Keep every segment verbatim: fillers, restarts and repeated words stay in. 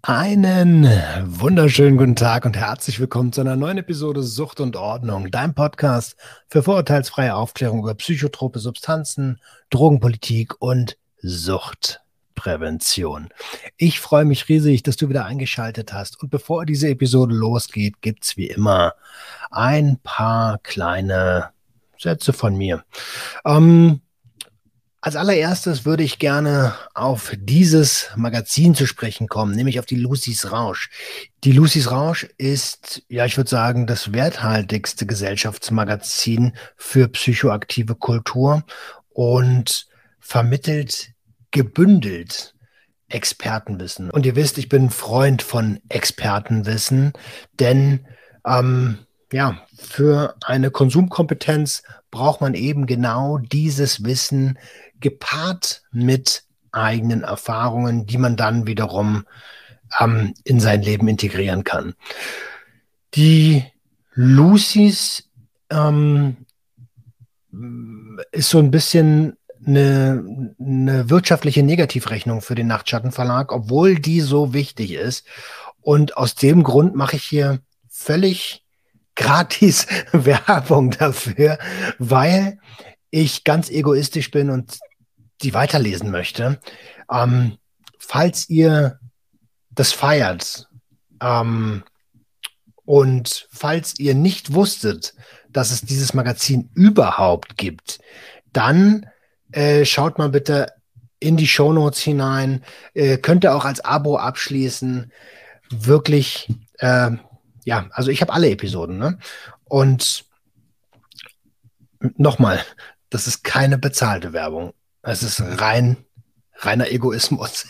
Einen wunderschönen guten Tag und herzlich willkommen zu einer neuen Episode Sucht und Ordnung, dein Podcast für vorurteilsfreie Aufklärung über psychotrope Substanzen, Drogenpolitik und Suchtprävention. Ich freue mich riesig, dass du wieder eingeschaltet hast, und bevor diese Episode losgeht, gibt es wie immer ein paar kleine Sätze von mir. Ähm, Als allererstes würde ich gerne auf dieses Magazin zu sprechen kommen, nämlich auf die Lucy's Rausch. Die Lucy's Rausch ist, ja, ich würde sagen, das werthaltigste Gesellschaftsmagazin für psychoaktive Kultur und vermittelt gebündelt Expertenwissen. Und ihr wisst, ich bin ein Freund von Expertenwissen, denn ähm, ja, für eine Konsumkompetenz braucht man eben genau dieses Wissen gepaart mit eigenen Erfahrungen, die man dann wiederum ähm, in sein Leben integrieren kann. Die Lucy's ähm, ist so ein bisschen eine, eine wirtschaftliche Negativrechnung für den Nachtschattenverlag, obwohl die so wichtig ist. Und aus dem Grund mache ich hier völlig gratis Werbung dafür, weil ich ganz egoistisch bin und die weiterlesen möchte. Ähm, falls ihr das feiert, ähm, und falls ihr nicht wusstet, dass es dieses Magazin überhaupt gibt, dann äh, schaut mal bitte in die Shownotes hinein. Äh, könnt ihr auch als Abo abschließen. Wirklich, äh, ja, also ich habe alle Episoden, ne? Und nochmal, das ist keine bezahlte Werbung. Es ist rein, reiner Egoismus.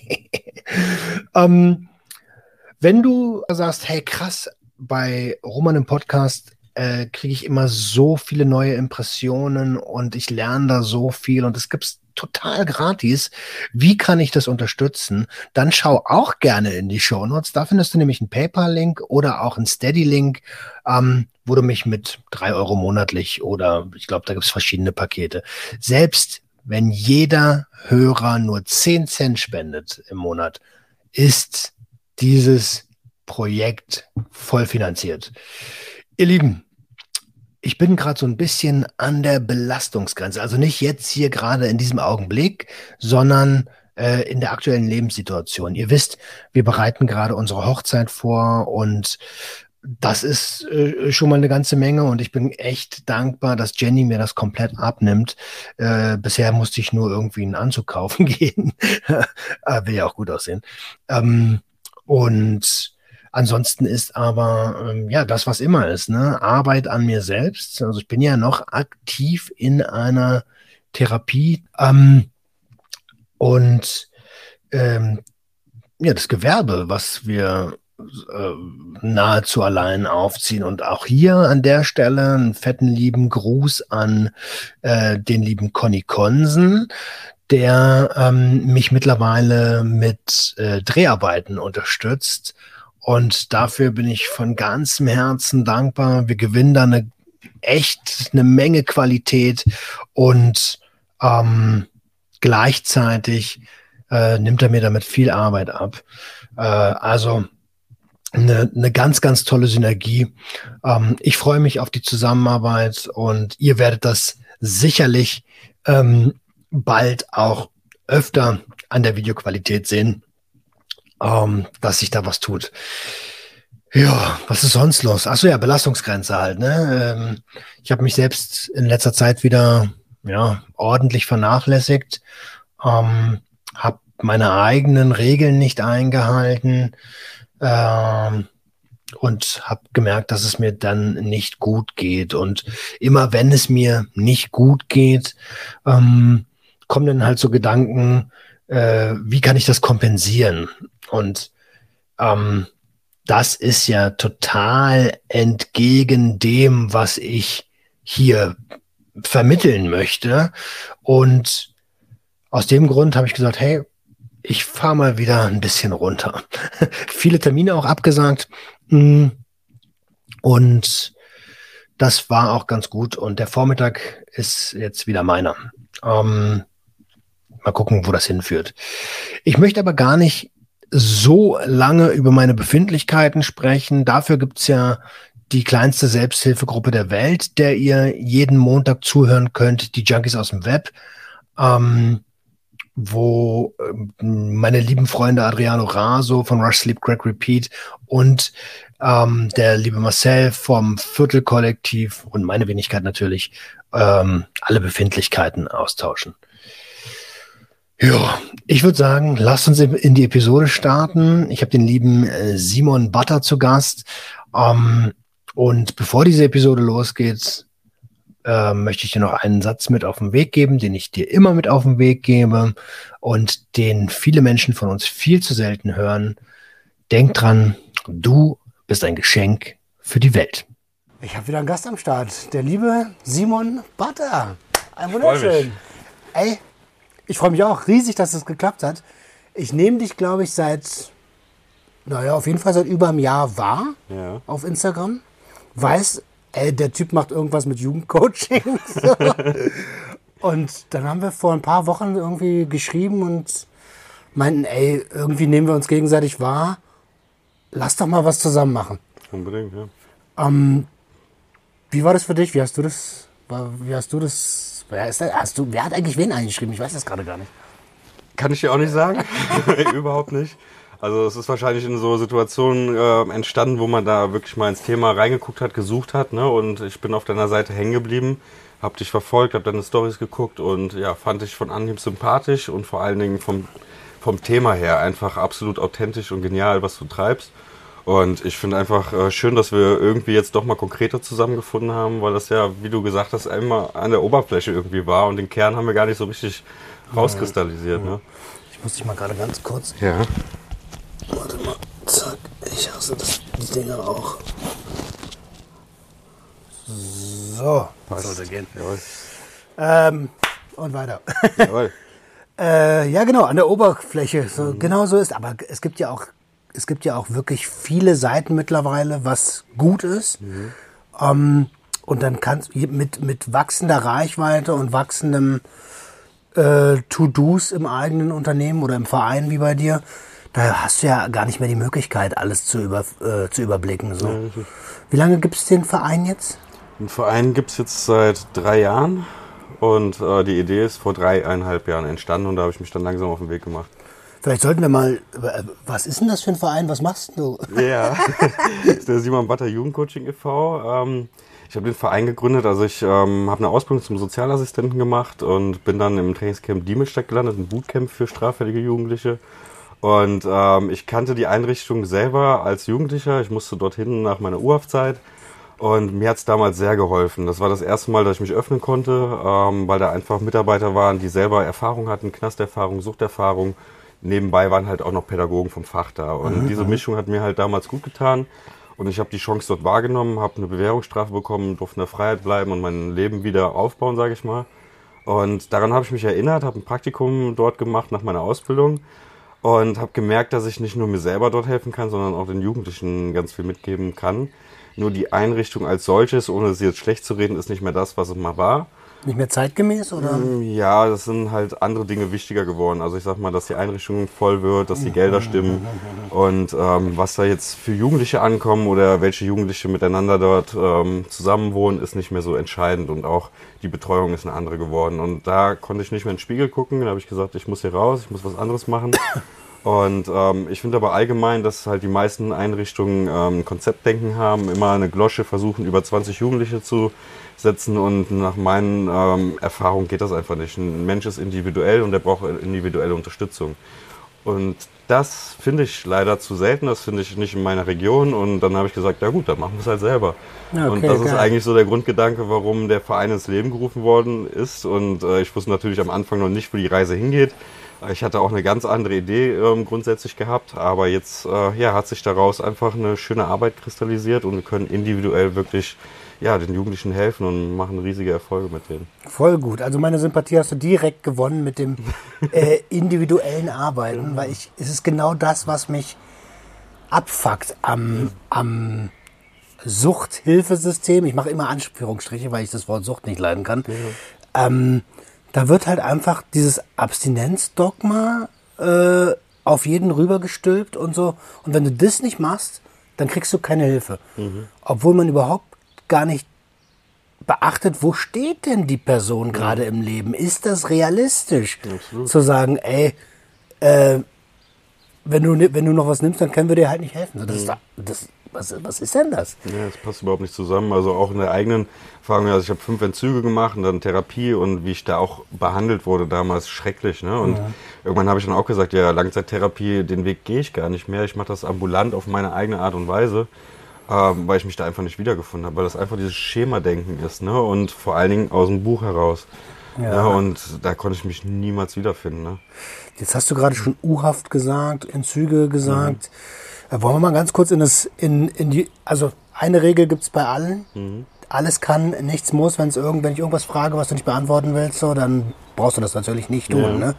ähm, Wenn du sagst, hey krass, bei Roman im Podcast äh, kriege ich immer so viele neue Impressionen und ich lerne da so viel und es gibt's total gratis. Wie kann ich das unterstützen? Dann schau auch gerne in die Shownotes. Da findest du nämlich einen PayPal-Link oder auch einen Steady-Link, ähm, wo du mich mit drei Euro monatlich oder ich glaube, da gibt's verschiedene Pakete. Selbst wenn jeder Hörer nur zehn Cent spendet im Monat, ist dieses Projekt voll finanziert. Ihr Lieben, ich bin gerade so ein bisschen an der Belastungsgrenze. Also nicht jetzt hier gerade in diesem Augenblick, sondern äh, in der aktuellen Lebenssituation. Ihr wisst, wir bereiten gerade unsere Hochzeit vor und das ist äh, schon mal eine ganze Menge und ich bin echt dankbar, dass Jenny mir das komplett abnimmt. Äh, bisher musste ich nur irgendwie einen Anzug kaufen gehen. äh, will ja auch gut aussehen. Ähm, und ansonsten ist aber, ähm, ja, das, was immer ist, ne? Arbeit an mir selbst. Also ich bin ja noch aktiv in einer Therapie, ähm, und ähm, ja, das Gewerbe, was wir äh, nahezu allein aufziehen. Und auch hier an der Stelle einen fetten lieben Gruß an äh, den lieben Conny Konsen, der ähm, mich mittlerweile mit äh, Dreharbeiten unterstützt. Und dafür bin ich von ganzem Herzen dankbar. Wir gewinnen da eine echt eine Menge Qualität und ähm, gleichzeitig äh, nimmt er mir damit viel Arbeit ab. Äh, also eine, eine ganz, ganz tolle Synergie. Ähm, ich freue mich auf die Zusammenarbeit und ihr werdet das sicherlich ähm, bald auch öfter an der Videoqualität sehen, ähm, dass sich da was tut. Ja, was ist sonst los? Achso, ja, Belastungsgrenze halt, ne? Ähm, ich habe mich selbst in letzter Zeit wieder, ja, ordentlich vernachlässigt, ähm, habe meine eigenen Regeln nicht eingehalten, ähm, und habe gemerkt, dass es mir dann nicht gut geht. Und immer wenn es mir nicht gut geht, ähm, kommen dann halt so Gedanken, äh, wie kann ich das kompensieren? Und ähm, das ist ja total entgegen dem, was ich hier vermitteln möchte. Und aus dem Grund habe ich gesagt, hey, ich fahre mal wieder ein bisschen runter. Viele Termine auch abgesagt. Mm, Und das war auch ganz gut. Und der Vormittag ist jetzt wieder meiner. Ähm, mal gucken, wo das hinführt. Ich möchte aber gar nicht so lange über meine Befindlichkeiten sprechen. Dafür gibt's ja die kleinste Selbsthilfegruppe der Welt, der ihr jeden Montag zuhören könnt, die Junkies aus dem Web, ähm, wo ähm, meine lieben Freunde Adriano Raso von Rush Sleep Crack Repeat und ähm, der liebe Marcel vom Viertelkollektiv und meine Wenigkeit natürlich ähm, alle Befindlichkeiten austauschen. Ja, ich würde sagen, lasst uns in die Episode starten. Ich habe den lieben äh, Simon Butter zu Gast. Ähm, und bevor diese Episode losgeht, äh, möchte ich dir noch einen Satz mit auf den Weg geben, den ich dir immer mit auf den Weg gebe und den viele Menschen von uns viel zu selten hören. Denk dran, du bist ein Geschenk für die Welt. Ich habe wieder einen Gast am Start, der liebe Simon Butter. Ein wunderschön. Ey, ich freue mich auch riesig, dass es geklappt hat. Ich nehme dich, glaube ich, seit, naja, auf jeden Fall seit über einem Jahr wahr ja. auf Instagram. Weiß, ey, der Typ macht irgendwas mit Jugendcoaching. So. Und dann haben wir vor ein paar Wochen irgendwie geschrieben und meinten, ey, irgendwie nehmen wir uns gegenseitig wahr. Lass doch mal was zusammen machen. Unbedingt, ja. Ähm, wie war das für dich? Wie hast du das, wie hast du das Wer, ist das? Hast du, wer hat eigentlich wen eingeschrieben? Ich weiß das gerade gar nicht. Kann ich dir auch nicht sagen. Überhaupt nicht. Also es ist wahrscheinlich in so Situationen äh, entstanden, wo man da wirklich mal ins Thema reingeguckt hat, gesucht hat. Ne? Und ich bin auf deiner Seite hängen geblieben, hab dich verfolgt, hab deine Storys geguckt und ja, fand dich von Anhieb sympathisch und vor allen Dingen vom, vom Thema her einfach absolut authentisch und genial, was du treibst. Und ich finde einfach äh, schön, dass wir irgendwie jetzt doch mal konkreter zusammengefunden haben, weil das ja, wie du gesagt hast, einmal an der Oberfläche irgendwie war und den Kern haben wir gar nicht so richtig rauskristallisiert. Ja. Ne? Ich muss dich mal gerade ganz kurz... Ja. Warte mal, zack, ich hasse das, die Dinger auch. So, das sollte gehen. Jawohl. Ähm, und weiter. Jawohl. äh, ja genau, an der Oberfläche, so, mhm. genau so ist, aber es gibt ja auch Es gibt ja auch wirklich viele Seiten mittlerweile, was gut ist. Mhm. Ähm, und dann kannst du mit, mit wachsender Reichweite und wachsendem äh, To-Dos im eigenen Unternehmen oder im Verein wie bei dir, da hast du ja gar nicht mehr die Möglichkeit, alles zu, über, äh, zu überblicken. So. Ja, wie lange gibt es den Verein jetzt? Den Verein gibt es jetzt seit drei Jahren. Und äh, die Idee ist vor dreieinhalb Jahren entstanden und da habe ich mich dann langsam auf den Weg gemacht. Vielleicht sollten wir mal, was ist denn das für ein Verein, was machst du? Ja, das ist der Simon Butter Jugendcoaching e V Ähm, ich habe den Verein gegründet, also ich ähm, habe eine Ausbildung zum Sozialassistenten gemacht und bin dann im Trainingscamp Diemelstadt gelandet, ein Bootcamp für straffällige Jugendliche. Und ähm, ich kannte die Einrichtung selber als Jugendlicher, ich musste dorthin nach meiner U-Haft-Zeit. Und mir hat es damals sehr geholfen. Das war das erste Mal, dass ich mich öffnen konnte, ähm, weil da einfach Mitarbeiter waren, die selber Erfahrung hatten, Knasterfahrung, Suchterfahrung. Nebenbei waren halt auch noch Pädagogen vom Fach da. Und mhm. diese Mischung hat mir halt damals gut getan. Und ich habe die Chance dort wahrgenommen, habe eine Bewährungsstrafe bekommen, durfte in der Freiheit bleiben und mein Leben wieder aufbauen, sage ich mal. Und daran habe ich mich erinnert, habe ein Praktikum dort gemacht nach meiner Ausbildung. Und habe gemerkt, dass ich nicht nur mir selber dort helfen kann, sondern auch den Jugendlichen ganz viel mitgeben kann. Nur die Einrichtung als solches, ohne sie jetzt schlecht zu reden, ist nicht mehr das, was es mal war. Nicht mehr zeitgemäß, oder? Ja, das sind halt andere Dinge wichtiger geworden. Also ich sag mal, dass die Einrichtung voll wird, dass die Gelder stimmen. Und ähm, was da jetzt für Jugendliche ankommen oder welche Jugendliche miteinander dort ähm, zusammenwohnen, ist nicht mehr so entscheidend. Und auch die Betreuung ist eine andere geworden. Und da konnte ich nicht mehr in den Spiegel gucken. Da habe ich gesagt, ich muss hier raus, ich muss was anderes machen. Und ähm, ich finde aber allgemein, dass halt die meisten Einrichtungen ähm, Konzeptdenken haben, immer eine Glosche versuchen, über zwanzig Jugendliche zu setzen und nach meinen ähm, Erfahrungen geht das einfach nicht. Ein Mensch ist individuell und der braucht individuelle Unterstützung. Und das finde ich leider zu selten, das finde ich nicht in meiner Region und dann habe ich gesagt, ja gut, dann machen wir es halt selber. Okay, und das geil. Ist eigentlich so der Grundgedanke, warum der Verein ins Leben gerufen worden ist und äh, ich wusste natürlich am Anfang noch nicht, wo die Reise hingeht. Ich hatte auch eine ganz andere Idee ähm, grundsätzlich gehabt, aber jetzt äh, ja, hat sich daraus einfach eine schöne Arbeit kristallisiert und wir können individuell wirklich ja, den Jugendlichen helfen und machen riesige Erfolge mit denen. Voll gut. Also meine Sympathie hast du direkt gewonnen mit dem äh, individuellen Arbeiten, weil ich, es ist genau das, was mich abfuckt am, am Suchthilfesystem. Ich mache immer Anführungsstriche, weil ich das Wort Sucht nicht leiden kann. Ja. Ähm, da wird halt einfach dieses Abstinenzdogma äh, auf jeden rübergestülpt und so. Und wenn du das nicht machst, dann kriegst du keine Hilfe. Mhm. Obwohl man überhaupt gar nicht beachtet, wo steht denn die Person gerade ja. im Leben? Ist das realistisch? Absolut. Zu sagen, ey, äh, wenn du, wenn du noch was nimmst, dann können wir dir halt nicht helfen. Das ist, das, was, was ist denn das? Ja, das passt überhaupt nicht zusammen. Also auch in der eigenen Erfahrung, also ich habe fünf Entzüge gemacht und dann Therapie und wie ich da auch behandelt wurde damals, schrecklich. Ne? Und ja. irgendwann habe ich dann auch gesagt, ja, Langzeittherapie, den Weg gehe ich gar nicht mehr. Ich mache das ambulant auf meine eigene Art und Weise, ähm, weil ich mich da einfach nicht wiedergefunden habe, weil das einfach dieses Schemadenken ist, ne? Und vor allen Dingen aus dem Buch heraus. Ja. Ja, und da konnte ich mich niemals wiederfinden. Ne? Jetzt hast du gerade schon U-Haft gesagt, Entzüge gesagt. Mhm. Wollen wir mal ganz kurz in das, in, in die, also eine Regel gibt es bei allen. Mhm. Alles kann, nichts muss. Wenn's irgend, wenn ich irgendwas frage, was du nicht beantworten willst, so, dann brauchst du das natürlich nicht tun. Ja. Ne?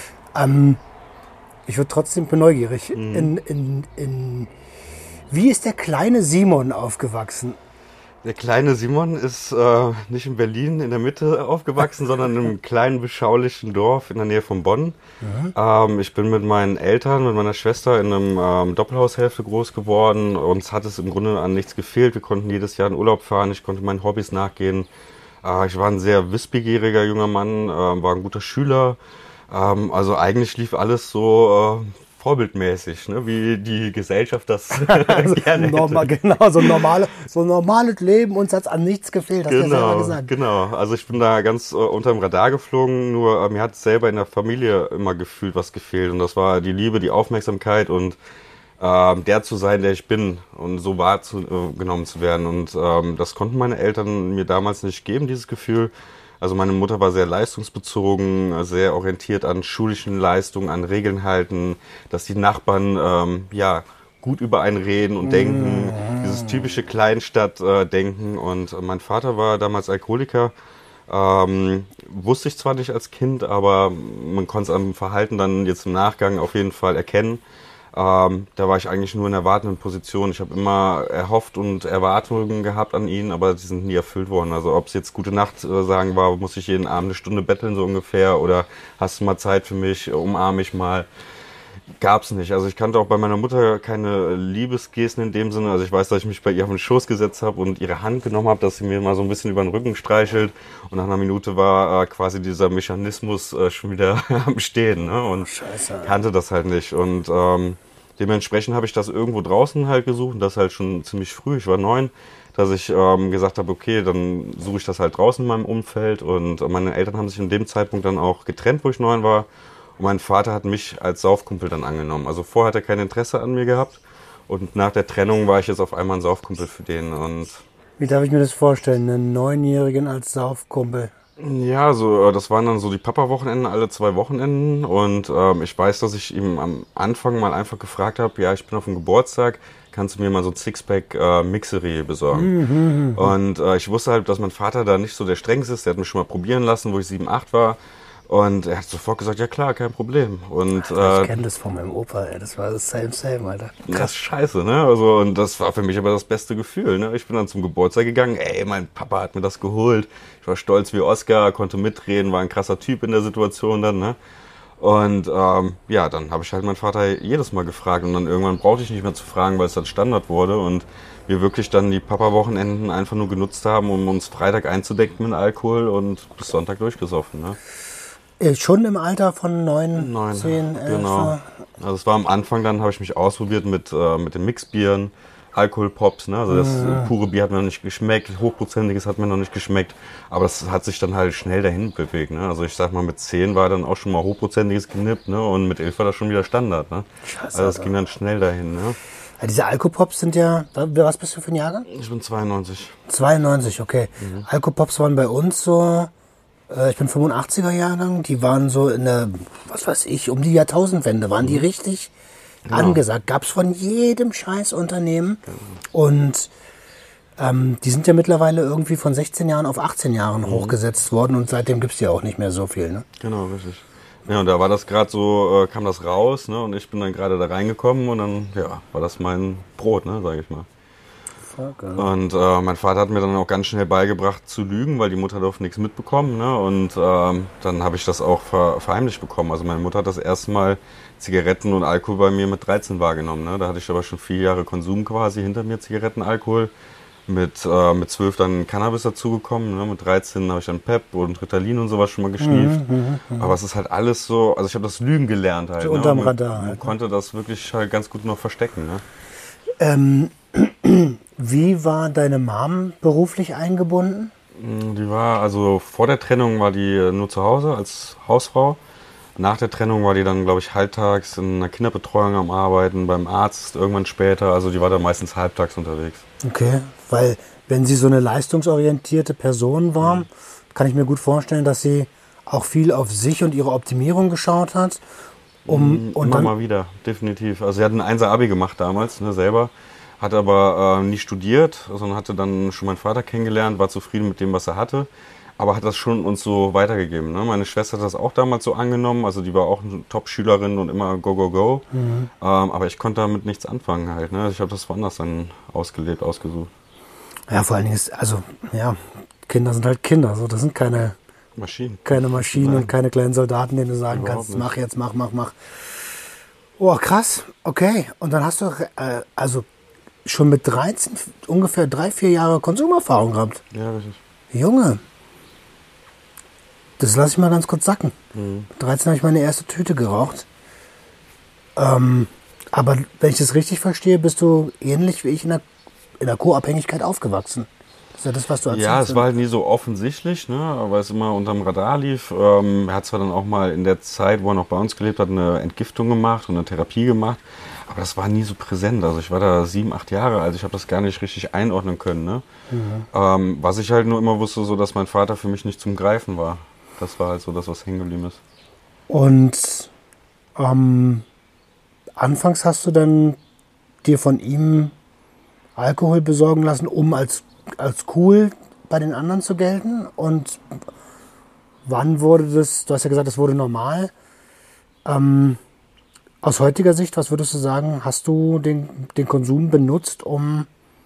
Ähm, ich würde trotzdem bin neugierig. Mhm. In, in, in, wie ist der kleine Simon aufgewachsen? Der kleine Simon ist äh, nicht in Berlin in der Mitte aufgewachsen, sondern in einem kleinen, beschaulichen Dorf in der Nähe von Bonn. Mhm. Ähm, ich bin mit meinen Eltern, mit meiner Schwester in einem ähm, Doppelhaushälfte groß geworden. Uns hat es im Grunde an nichts gefehlt. Wir konnten jedes Jahr in Urlaub fahren. Ich konnte meinen Hobbys nachgehen. Äh, ich war ein sehr wissbegieriger junger Mann, äh, war ein guter Schüler. Ähm, also eigentlich lief alles so... Äh, vorbildmäßig, ne? Wie die Gesellschaft das also gerne normal, hätte. Genau, so ein, normale, so ein normales Leben, uns hat es an nichts gefehlt, hast genau, du ja selber gesagt. Genau, also ich bin da ganz äh, unterm Radar geflogen, nur äh, mir hat selber in der Familie immer gefühlt was gefehlt und das war die Liebe, die Aufmerksamkeit und äh, der zu sein, der ich bin und so wahrgenommen zu werden und ähm, das konnten meine Eltern mir damals nicht geben, dieses Gefühl. Also meine Mutter war sehr leistungsbezogen, sehr orientiert an schulischen Leistungen, an Regeln halten, dass die Nachbarn ähm, ja gut über einen reden und denken, mm. dieses typische Kleinstadt-Denken. Äh, und mein Vater war damals Alkoholiker, ähm, wusste ich zwar nicht als Kind, aber man konnte es am Verhalten dann jetzt im Nachgang auf jeden Fall erkennen. Ähm, da war ich eigentlich nur in der wartenden Position. Ich habe immer erhofft und Erwartungen gehabt an ihn, aber die sind nie erfüllt worden. Also ob es jetzt gute Nacht äh, sagen war, muss ich jeden Abend eine Stunde betteln so ungefähr oder hast du mal Zeit für mich, umarm mich mal, gab's nicht. Also ich kannte auch bei meiner Mutter keine Liebesgesten in dem Sinne. Also ich weiß, dass ich mich bei ihr auf den Schoß gesetzt habe und ihre Hand genommen habe, dass sie mir mal so ein bisschen über den Rücken streichelt und nach einer Minute war äh, quasi dieser Mechanismus äh, schon wieder am Stehen, ne? Und Scheiße. Kannte das halt nicht und ähm, dementsprechend habe ich das irgendwo draußen halt gesucht und das halt schon ziemlich früh, ich war neun, dass ich ähm, gesagt habe, okay, dann suche ich das halt draußen in meinem Umfeld und meine Eltern haben sich in dem Zeitpunkt dann auch getrennt, wo ich neun war. Und mein Vater hat mich als Saufkumpel dann angenommen. Also vorher hat er kein Interesse an mir gehabt. Und nach der Trennung war ich jetzt auf einmal ein Saufkumpel für den. Und wie darf ich mir das vorstellen, einen Neunjährigen als Saufkumpel? Ja, so das waren dann so die Papa-Wochenenden, alle zwei Wochenenden. Und ähm, ich weiß, dass ich ihm am Anfang mal einfach gefragt habe, ja, ich bin auf dem Geburtstag, kannst du mir mal so ein Sixpack äh, Mixery besorgen? Mhm. Und äh, ich wusste halt, dass mein Vater da nicht so der Strengste ist. Der hat mich schon mal probieren lassen, wo ich sieben, acht war. Und er hat sofort gesagt, ja klar, kein Problem. Und, Alter, ich äh, kenne das von meinem Opa, ey. Das war das same, same, Alter. Krass. Das ist scheiße, ne? Also, und das war für mich aber das beste Gefühl, ne? Ich bin dann zum Geburtstag gegangen, ey, mein Papa hat mir das geholt. Ich war stolz wie Oscar, konnte mitreden, war ein krasser Typ in der Situation dann, ne? Und ähm, ja, dann habe ich halt meinen Vater jedes Mal gefragt und dann irgendwann brauchte ich nicht mehr zu fragen, weil es dann Standard wurde und wir wirklich dann die Papa-Wochenenden einfach nur genutzt haben, um uns Freitag einzudecken mit Alkohol und bis Sonntag durchgesoffen, ne? Schon im Alter von neun, zehn, elf? Genau. Also es war am Anfang, dann habe ich mich ausprobiert mit, äh, mit den Mixbieren, Alkoholpops, ne? Also das ja. pure Bier hat mir noch nicht geschmeckt, hochprozentiges hat mir noch nicht geschmeckt, aber das hat sich dann halt schnell dahin bewegt, ne? Also ich sag mal, mit zehn war dann auch schon mal hochprozentiges genippt, ne? Und mit elf war das schon wieder Standard, ne? Scheiße, also das ging dann schnell dahin, ne? Ja, diese Alkopops sind ja, was bist du für ein Jahrgang? Ich bin zweiundneunzig. zweiundneunzig, okay. Mhm. Alkopops waren bei uns so, ich bin fünfundachtziger Jahrgang, die waren so in der, was weiß ich, um die Jahrtausendwende, waren die richtig genau. angesagt. Gab es von jedem Scheißunternehmen. Genau. Und ähm, die sind ja mittlerweile irgendwie von sechzehn Jahren auf achtzehn Jahren mhm. hochgesetzt worden und seitdem gibt es ja auch nicht mehr so viel. Ne? Genau, richtig. Ja, und da war das gerade so, äh, kam das raus, ne, und ich bin dann gerade da reingekommen und dann, ja, war das mein Brot, ne, sage ich mal. fuck? Also. Und äh, mein Vater hat mir dann auch ganz schnell beigebracht zu lügen, weil die Mutter durfte nichts mitbekommen. Ne? Und ähm, dann habe ich das auch ver verheimlicht bekommen. Also meine Mutter hat das erste Mal Zigaretten und Alkohol bei mir mit dreizehn wahrgenommen. Ne? Da hatte ich aber schon vier Jahre Konsum quasi hinter mir, Zigaretten, Alkohol. Mit, äh, mit zwölf dann Cannabis dazugekommen. Ne? Mit dreizehn habe ich dann Pep und Ritalin und sowas schon mal geschnieft. Mhm, mh, aber es ist halt alles so, also ich habe das Lügen gelernt halt. So ne? unterm man, Radar. Man halt, konnte das wirklich halt ganz gut noch verstecken. Ne? Ähm, wie war deine Mom beruflich eingebunden? Die war, also vor der Trennung war die nur zu Hause als Hausfrau. Nach der Trennung war die dann, glaube ich, halbtags in einer Kinderbetreuung am Arbeiten, beim Arzt irgendwann später. Also die war da meistens halbtags unterwegs. Okay, weil wenn sie so eine leistungsorientierte Person war, mhm. kann ich mir gut vorstellen, dass sie auch viel auf sich und ihre Optimierung geschaut hat. Um, mhm, und immer dann mal wieder, definitiv. Also sie hat ein Einser-Abi gemacht damals, ne, selber. Hat aber äh, nie studiert, sondern hatte dann schon meinen Vater kennengelernt, war zufrieden mit dem, was er hatte. Aber hat das schon uns so weitergegeben. Ne? Meine Schwester hat das auch damals so angenommen. Also die war auch eine Top-Schülerin und immer go, go, go. Mhm. Ähm, aber ich konnte damit nichts anfangen halt. Ne? Ich habe das woanders dann ausgelebt, ausgesucht. Ja, vor allen Dingen ist, also, ja, Kinder sind halt Kinder. So, das sind keine Maschinen. Keine Maschinen Nein. und keine kleinen Soldaten, denen du sagen Überhaupt kannst, nicht. mach jetzt, mach, mach, mach. Oh, krass. Okay. Und dann hast du äh, also schon mit dreizehn ungefähr drei, vier Jahre Konsumerfahrung gehabt. Ja, richtig. Junge. Das lasse ich mal ganz kurz sacken. Mhm. Mit dreizehn habe ich meine erste Tüte geraucht. Ähm, aber wenn ich das richtig verstehe, bist du ähnlich wie ich in der, in der Co-Abhängigkeit aufgewachsen. Das ist ja das, was du erzählst. Ja, es war halt nie so offensichtlich, ne, weil es immer unterm Radar lief. Ähm, er hat zwar dann auch mal in der Zeit, wo er noch bei uns gelebt hat, eine Entgiftung gemacht und eine Therapie gemacht, aber das war nie so präsent. Also ich war da sieben, acht Jahre alt, ich habe das gar nicht richtig einordnen können. Ne? Mhm. Ähm, was ich halt nur immer wusste, so dass mein Vater für mich nicht zum Greifen war. Das war halt so das, was hängen geblieben ist. Und ähm, anfangs hast du dann dir von ihm Alkohol besorgen lassen, um als, als cool bei den anderen zu gelten? Und wann wurde das, du hast ja gesagt, das wurde normal. Ähm, aus heutiger Sicht, was würdest du sagen, hast du den, den Konsum benutzt, um,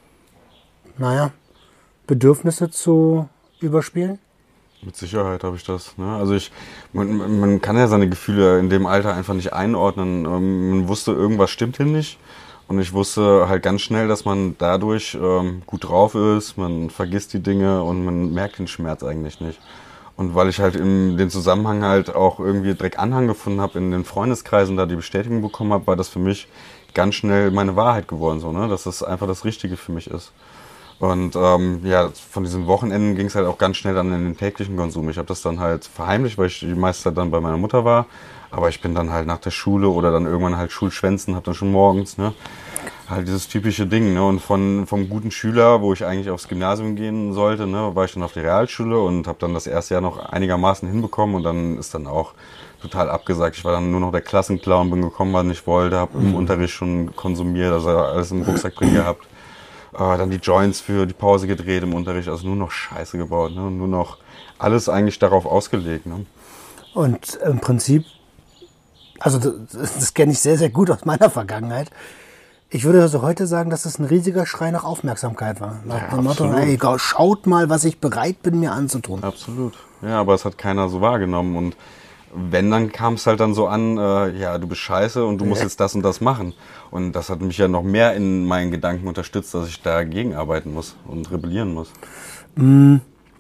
naja, Bedürfnisse zu überspielen? Mit Sicherheit habe ich das. Ne? Also ich, man, man kann ja seine Gefühle in dem Alter einfach nicht einordnen. Man wusste, irgendwas stimmt hier nicht. Und ich wusste halt ganz schnell, dass man dadurch ähm, gut drauf ist, man vergisst die Dinge und man merkt den Schmerz eigentlich nicht. Und weil ich halt in den Zusammenhang halt auch irgendwie direkt Anhang gefunden habe, in den Freundeskreisen da die Bestätigung bekommen habe, war das für mich ganz schnell meine Wahrheit geworden, so, ne? Dass das einfach das Richtige für mich ist. Und ähm, ja, von diesen Wochenenden ging es halt auch ganz schnell dann in den täglichen Konsum. Ich habe das dann halt verheimlicht, weil ich die meiste Zeit dann bei meiner Mutter war. Aber ich bin dann halt nach der Schule oder dann irgendwann halt Schulschwänzen, habe dann schon morgens, ne, halt dieses typische Ding, ne. Und von vom guten Schüler, wo ich eigentlich aufs Gymnasium gehen sollte, ne, war ich dann auf die Realschule und habe dann das erste Jahr noch einigermaßen hinbekommen und dann ist dann auch total abgesagt. Ich war dann nur noch der Klassenclown, bin gekommen, wann ich wollte, habe im Unterricht schon konsumiert, also alles im Rucksack drin gehabt. Äh, dann die Joints für die Pause gedreht im Unterricht, also nur noch Scheiße gebaut, ne? Nur noch alles eigentlich darauf ausgelegt. Ne? Und im Prinzip, also das, das kenne ich sehr, sehr gut aus meiner Vergangenheit. Ich würde also heute sagen, dass es ein riesiger Schrei nach Aufmerksamkeit war. Nach Ja, dem Motto, ey, schaut mal, was ich bereit bin, mir anzutun. Absolut. Ja, aber es hat keiner so wahrgenommen. Und wenn, dann kam es halt dann so an, äh, ja, du bist scheiße und du musst jetzt das und das machen. Und das hat mich ja noch mehr in meinen Gedanken unterstützt, dass ich dagegen arbeiten muss und rebellieren muss. Wie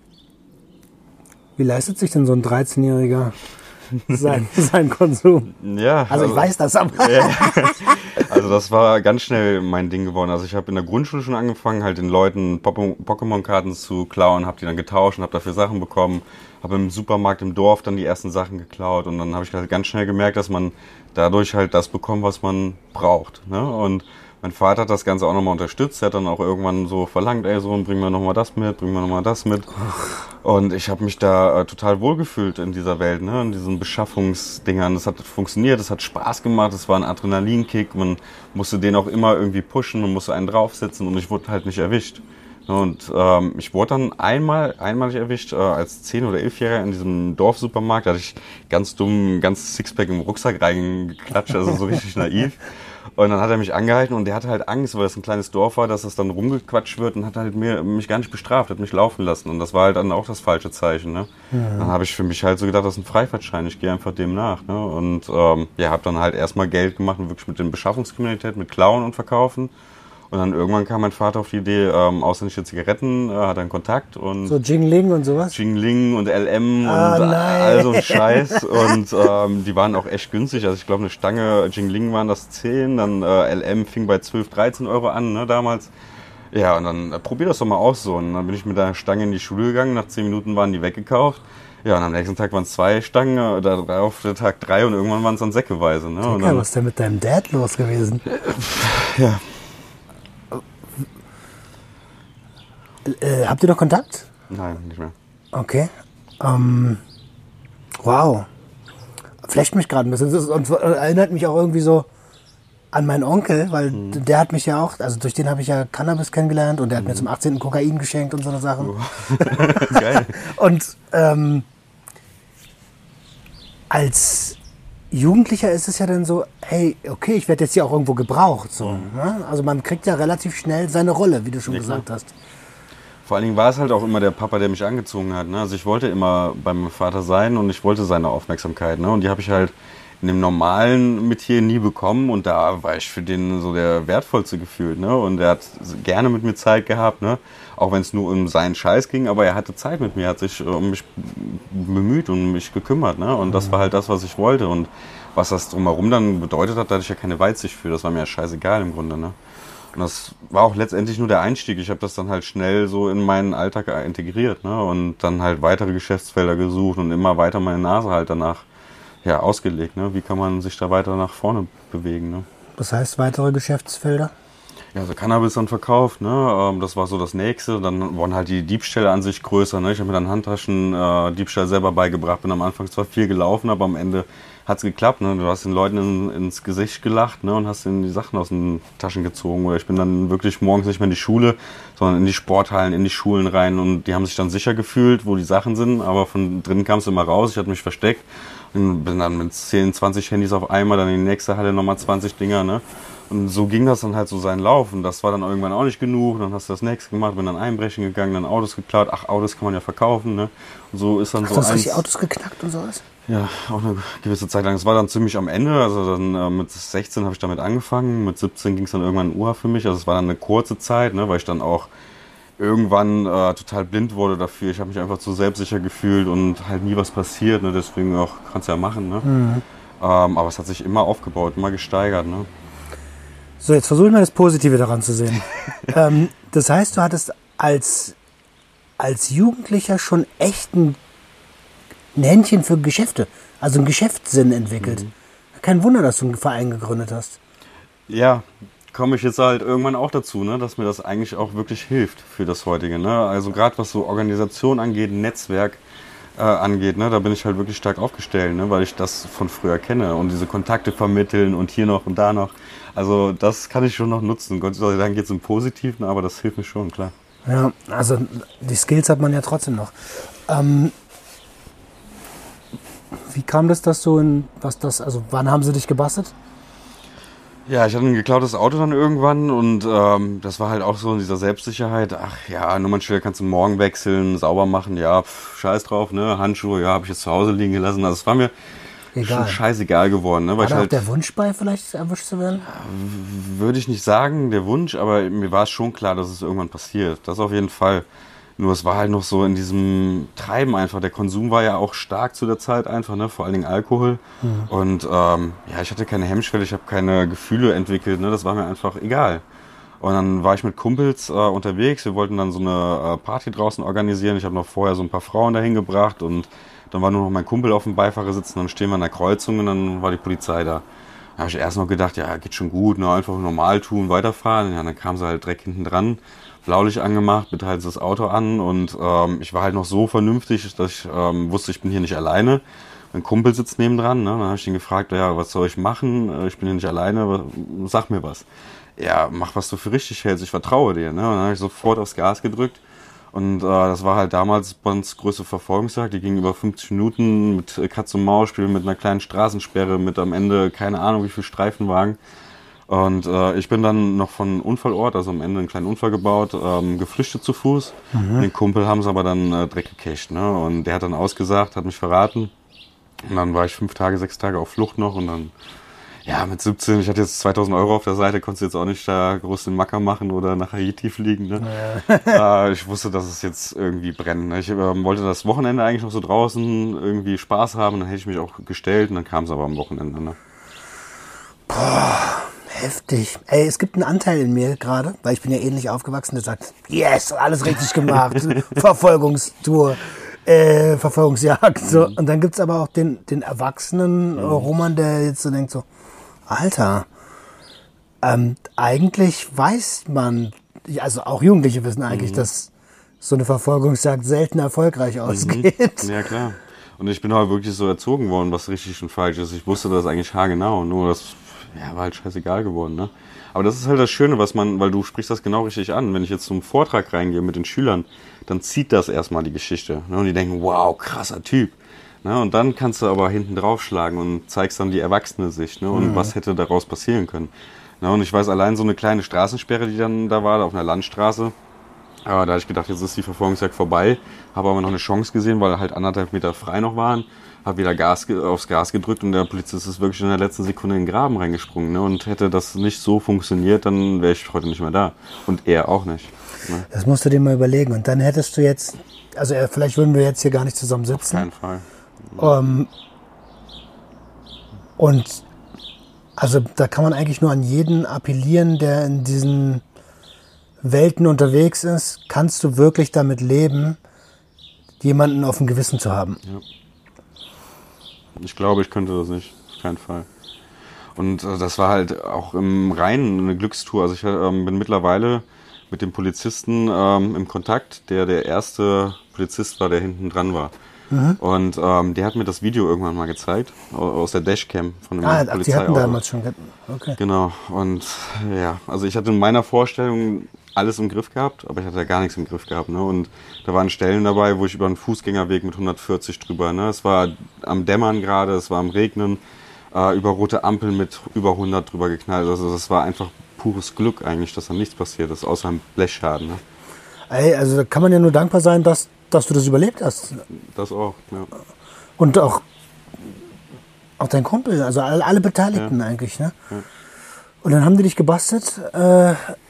leistet sich denn so ein dreizehnjähriger sein, sein Konsum? Ja. Also, also ich weiß das aber. Ja, also das war ganz schnell mein Ding geworden. Also ich habe in der Grundschule schon angefangen, halt den Leuten Pokémon-Karten zu klauen, habe die dann getauscht und habe dafür Sachen bekommen. Habe im Supermarkt im Dorf dann die ersten Sachen geklaut und dann habe ich halt ganz schnell gemerkt, dass man dadurch halt das bekommt, was man braucht. Ne? Und mein Vater hat das Ganze auch nochmal unterstützt. Er hat dann auch irgendwann so verlangt, ey Sohn, bring mir nochmal das mit, bring mir nochmal das mit. Und ich habe mich da äh, total wohlgefühlt in dieser Welt, ne? In diesen Beschaffungsdingern. Das hat funktioniert, das hat Spaß gemacht, das war ein Adrenalinkick. Man musste den auch immer irgendwie pushen und musste einen draufsetzen und ich wurde halt nicht erwischt. Und ähm, ich wurde dann einmal einmalig erwischt, äh, als zehn- oder elfjähriger in diesem Dorfsupermarkt. Da hatte ich ganz dumm ein ganzes Sixpack im Rucksack reingeklatscht, also so richtig naiv. Und dann hat er mich angehalten und der hatte halt Angst, weil es ein kleines Dorf war, dass das dann rumgequatscht wird und hat halt mir, mich gar nicht bestraft, hat mich laufen lassen. Und das war halt dann auch das falsche Zeichen. Ne? Ja. Dann habe ich für mich halt so gedacht, das ist ein Freifahrtschein, ich gehe einfach dem nach. Ne? Und ähm, ja, habe dann halt erstmal Geld gemacht und wirklich mit den Beschaffungskriminalität, mit Klauen und Verkaufen. Und dann irgendwann kam mein Vater auf die Idee, ähm, ausländische Zigaretten, äh, hat einen Kontakt und... So Jingling und sowas? Jingling und L M ah, und nein. all so ein Scheiß. Und ähm, die waren auch echt günstig. Also ich glaube, eine Stange Jingling waren das zehn, dann äh, L M fing bei zwölf, dreizehn Euro an, ne, damals. Ja, und dann äh, probier das doch mal aus so. Und dann bin ich mit der Stange in die Schule gegangen, nach zehn Minuten waren die weggekauft. Ja, und am nächsten Tag waren es zwei Stangen, darauf der Tag drei und irgendwann waren es dann säckeweise. Ne? Okay, was ist denn mit deinem Dad los gewesen? Ja. Äh, habt ihr noch Kontakt? Nein, nicht mehr. Okay. Ähm, wow. Flasht mich gerade ein bisschen. Und erinnert mich auch irgendwie so an meinen Onkel, weil mhm. der hat mich ja auch, also durch den habe ich ja Cannabis kennengelernt und der hat mhm. mir zum achtzehnten Kokain geschenkt und so eine Sachen. Oh. Geil. Und ähm, als Jugendlicher ist es ja dann so, hey, okay, ich werde jetzt hier auch irgendwo gebraucht. So, mhm. ne? Also man kriegt ja relativ schnell seine Rolle, wie du schon ja, gesagt hast. Vor allen Dingen war es halt auch immer der Papa, der mich angezogen hat. Ne? Also ich wollte immer bei meinem Vater sein und ich wollte seine Aufmerksamkeit. Ne? Und die habe ich halt in dem normalen Metier nie bekommen. Und da war ich für den so der wertvollste gefühlt. Ne? Und er hat gerne mit mir Zeit gehabt, ne? Auch wenn es nur um seinen Scheiß ging. Aber er hatte Zeit mit mir, hat sich um mich bemüht und mich gekümmert. Ne? Und das war halt das, was ich wollte. Und was das drumherum dann bedeutet hat, da hatte ich ja keine Weitsicht für. Das war mir ja scheißegal im Grunde. Ne? Und das war auch letztendlich nur der Einstieg. Ich habe das dann halt schnell so in meinen Alltag integriert, ne? Und dann halt weitere Geschäftsfelder gesucht und immer weiter meine Nase halt danach ja, ausgelegt. Ne? Wie kann man sich da weiter nach vorne bewegen? Ne? Das heißt, weitere Geschäftsfelder? Ja, also Cannabis dann verkauft, ne? Das war so das Nächste. Dann wurden halt die Diebstähle an sich größer. Ne? Ich habe mir dann Handtaschen-Diebstahl äh, selber beigebracht. Bin am Anfang zwar viel gelaufen, aber am Ende hat's geklappt. Ne? Du hast den Leuten in, ins Gesicht gelacht, ne? Und hast ihnen die Sachen aus den Taschen gezogen. Oder ich bin dann wirklich morgens nicht mehr in die Schule, sondern in die Sporthallen, in die Schulen rein. Und die haben sich dann sicher gefühlt, wo die Sachen sind. Aber von drinnen kam es immer raus. Ich hatte mich versteckt. Und bin dann mit zehn, zwanzig Handys auf einmal, dann in die nächste Halle nochmal zwanzig Dinger. Ne? Und so ging das dann halt so seinen Lauf. Und das war dann irgendwann auch nicht genug. Dann hast du das nächste gemacht, bin dann einbrechen gegangen, dann Autos geklaut. Ach, Autos kann man ja verkaufen. Ne? Und so ist dann Ach, so du hast eins, richtig Autos geknackt und sowas? Ja, auch eine gewisse Zeit lang. Das war dann ziemlich am Ende. Also dann äh, mit sechzehn habe ich damit angefangen. Mit siebzehn ging es dann irgendwann in U H für mich. Also es war dann eine kurze Zeit, ne? Weil ich dann auch irgendwann äh, total blind wurde dafür. Ich habe mich einfach zu selbstsicher gefühlt und halt nie was passiert. Ne? Deswegen auch, kannst du ja machen. Ne? Mhm. Ähm, aber es hat sich immer aufgebaut, immer gesteigert. Ne? So, jetzt versuche ich mal das Positive daran zu sehen. ähm, das heißt, du hattest als, als Jugendlicher schon echt ein, ein Händchen für Geschäfte, also einen Geschäftssinn entwickelt. Mhm. Kein Wunder, dass du einen Verein gegründet hast. Ja, komme ich jetzt halt irgendwann auch dazu, ne, dass mir das eigentlich auch wirklich hilft für das heutige. Ne? Also gerade was so Organisation angeht, Netzwerk äh, angeht, ne, da bin ich halt wirklich stark aufgestellt, ne, weil ich das von früher kenne und diese Kontakte vermitteln und hier noch und da noch. Also das kann ich schon noch nutzen. Gott sei Dank geht es im Positiven, aber das hilft mir schon, klar. Ja, also die Skills hat man ja trotzdem noch. Ähm, wie kam das, dass du in, was das, also wann haben sie dich gebastelt? Ja, ich hatte ein geklautes Auto dann irgendwann und ähm, das war halt auch so in dieser Selbstsicherheit. Ach ja, Nummernschilder kannst du morgen wechseln, sauber machen, ja, pff, scheiß drauf, ne, Handschuhe, ja, habe ich jetzt zu Hause liegen gelassen. Also es war mir Egal. schon scheißegal geworden. Ne, weil war ich da halt, auch der Wunsch bei, vielleicht erwischt zu werden? Würde ich nicht sagen, der Wunsch, aber mir war es schon klar, dass es irgendwann passiert. Das auf jeden Fall. Nur es war halt noch so in diesem Treiben einfach. Der Konsum war ja auch stark zu der Zeit einfach, ne? Vor allen Dingen Alkohol. Mhm. Und ähm, ja, ich hatte keine Hemmschwelle, ich habe keine Gefühle entwickelt. Ne? Das war mir einfach egal. Und dann war ich mit Kumpels äh, unterwegs. Wir wollten dann so eine äh, Party draußen organisieren. Ich habe noch vorher so ein paar Frauen dahin gebracht. Und dann war nur noch mein Kumpel auf dem Beifahrersitz. Und dann stehen wir an der Kreuzung und dann war die Polizei da. Da habe ich erst noch gedacht, ja, geht schon gut, ne? Einfach normal tun, weiterfahren. Ja, dann kam sie halt direkt hinten dran. Blaulicht angemacht, bitte halt das Auto an und ähm, ich war halt noch so vernünftig, dass ich ähm, wusste, ich bin hier nicht alleine. Mein Kumpel sitzt nebendran, ne? Dann habe ich ihn gefragt, ja, was soll ich machen? Ich bin hier nicht alleine, sag mir was. Ja, mach, was du für richtig hältst, ich vertraue dir. Ne? Und dann habe ich sofort aufs Gas gedrückt und äh, das war halt damals Bonns größte Verfolgungsjagd, die ging über fünfzig Minuten mit Katz- und Maus-Spiel, mit einer kleinen Straßensperre, mit am Ende keine Ahnung wie viel Streifenwagen. Und äh, ich bin dann noch von Unfallort, also am Ende einen kleinen Unfall gebaut, ähm, geflüchtet zu Fuß. Mhm. Den Kumpel haben sie aber dann äh, Dreck gecasht, ne? Und der hat dann ausgesagt, hat mich verraten. Und dann war ich fünf Tage, sechs Tage auf Flucht noch und dann, ja, mit siebzehn, ich hatte jetzt zweitausend Euro auf der Seite, konntest du jetzt auch nicht da groß den Macker machen oder nach Haiti fliegen, ne? Ja. äh, ich wusste, dass es jetzt irgendwie brennt, ne? Ich äh, wollte das Wochenende eigentlich noch so draußen irgendwie Spaß haben, dann hätte ich mich auch gestellt und dann kam es aber am Wochenende, ne? Boah. Heftig. Ey, es gibt einen Anteil in mir gerade, weil ich bin ja ähnlich aufgewachsen, der sagt, yes, alles richtig gemacht, Verfolgungstour, äh, Verfolgungsjagd. So. Und dann gibt's aber auch den, den erwachsenen mhm. Roman, der jetzt so denkt so, Alter, ähm, eigentlich weiß man, also auch Jugendliche wissen eigentlich, mhm. dass so eine Verfolgungsjagd selten erfolgreich ausgeht. Mhm. Ja, klar. Und ich bin halt wirklich so erzogen worden, was richtig und falsch ist. Ich wusste das eigentlich haargenau, nur das ja, war halt scheißegal geworden, ne? Aber das ist halt das Schöne, was man, weil du sprichst das genau richtig an. Wenn ich jetzt zum Vortrag reingehe mit den Schülern, dann zieht das erstmal die Geschichte. Ne? Und die denken, wow, krasser Typ. Ne? Und dann kannst du aber hinten draufschlagen und zeigst dann die erwachsene Sicht, ne? Und mhm. was hätte daraus passieren können. Ne? Und ich weiß, allein so eine kleine Straßensperre, die dann da war, auf einer Landstraße, aber da habe ich gedacht, jetzt ist die Verfolgungsjagd vorbei. Habe aber noch eine Chance gesehen, weil halt anderthalb Meter frei noch waren. Habe wieder Gas, aufs Gas gedrückt und der Polizist ist wirklich in der letzten Sekunde in den Graben reingesprungen. Ne? Und hätte das nicht so funktioniert, dann wäre ich heute nicht mehr da. Und er auch nicht. Ne? Das musst du dir mal überlegen. Und dann hättest du jetzt, also vielleicht würden wir jetzt hier gar nicht zusammen sitzen. Auf keinen Fall. Um, und also da kann man eigentlich nur an jeden appellieren, der in diesen Welten unterwegs ist. Kannst du wirklich damit leben, jemanden auf dem Gewissen zu haben? Ja. Ich glaube, ich könnte das nicht. Auf keinen Fall. Und äh, das war halt auch im Rhein eine Glückstour. Also ich ähm, bin mittlerweile mit dem Polizisten ähm, im Kontakt, der der erste Polizist war, der hinten dran war. Mhm. Und ähm, der hat mir das Video irgendwann mal gezeigt, aus der Dashcam von dem ah, Polizeiauto. Die hatten damals schon. Okay. Genau. Und ja, also ich hatte in meiner Vorstellung alles im Griff gehabt, aber ich hatte ja gar nichts im Griff gehabt. Ne? Und da waren Stellen dabei, wo ich über einen Fußgängerweg mit hundertvierzig drüber, ne? Es war am Dämmern gerade, es war am Regnen, äh, über rote Ampeln mit über hundert drüber geknallt. Also das war einfach pures Glück eigentlich, dass da nichts passiert ist, außer einem Blechschaden. Ne? Ey, also da kann man ja nur dankbar sein, dass, dass du das überlebt hast. Das auch, ja. Und auch, auch dein Kumpel, also alle, alle Beteiligten ja. eigentlich. Ne? Ja. Und dann haben die dich gebastelt, äh,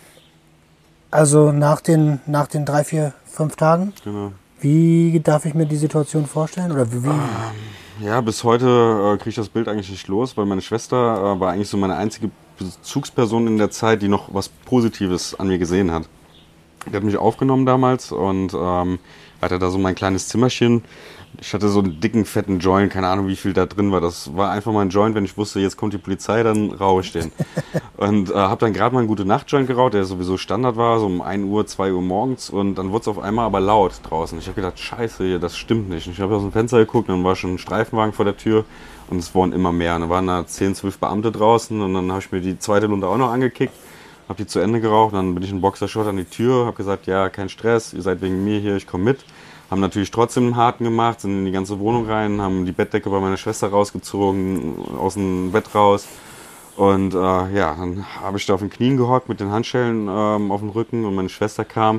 also nach den, nach den drei, vier, fünf Tagen? Genau. Wie darf ich mir die Situation vorstellen? Oder wie? wie? Ja, bis heute äh, kriege ich das Bild eigentlich nicht los, weil meine Schwester äh, war eigentlich so meine einzige Bezugsperson in der Zeit, die noch was Positives an mir gesehen hat. Die hat mich aufgenommen damals und ähm, hatte da so mein kleines Zimmerchen. Ich hatte so einen dicken, fetten Joint, keine Ahnung, wie viel da drin war. Das war einfach mal ein Joint, wenn ich wusste, jetzt kommt die Polizei, dann rauche ich den. Und äh, habe dann gerade mal einen gute Nacht-Joint geraucht, der sowieso Standard war, so um ein Uhr, zwei Uhr morgens. Und dann wurde es auf einmal aber laut draußen. Ich habe gedacht, scheiße, das stimmt nicht. Und ich habe aus dem Fenster geguckt, dann war schon ein Streifenwagen vor der Tür und es wurden immer mehr. Und da waren da zehn, zwölf Beamte draußen und dann habe ich mir die zweite Lunte auch noch angekickt. Habe die zu Ende geraucht, dann bin ich in Boxershort an die Tür, habe gesagt, ja, kein Stress, ihr seid wegen mir hier, ich komme mit. Haben natürlich trotzdem einen harten gemacht, sind in die ganze Wohnung rein, haben die Bettdecke bei meiner Schwester rausgezogen, aus dem Bett raus. Und äh, ja, dann habe ich da auf den Knien gehockt mit den Handschellen ähm, auf dem Rücken und meine Schwester kam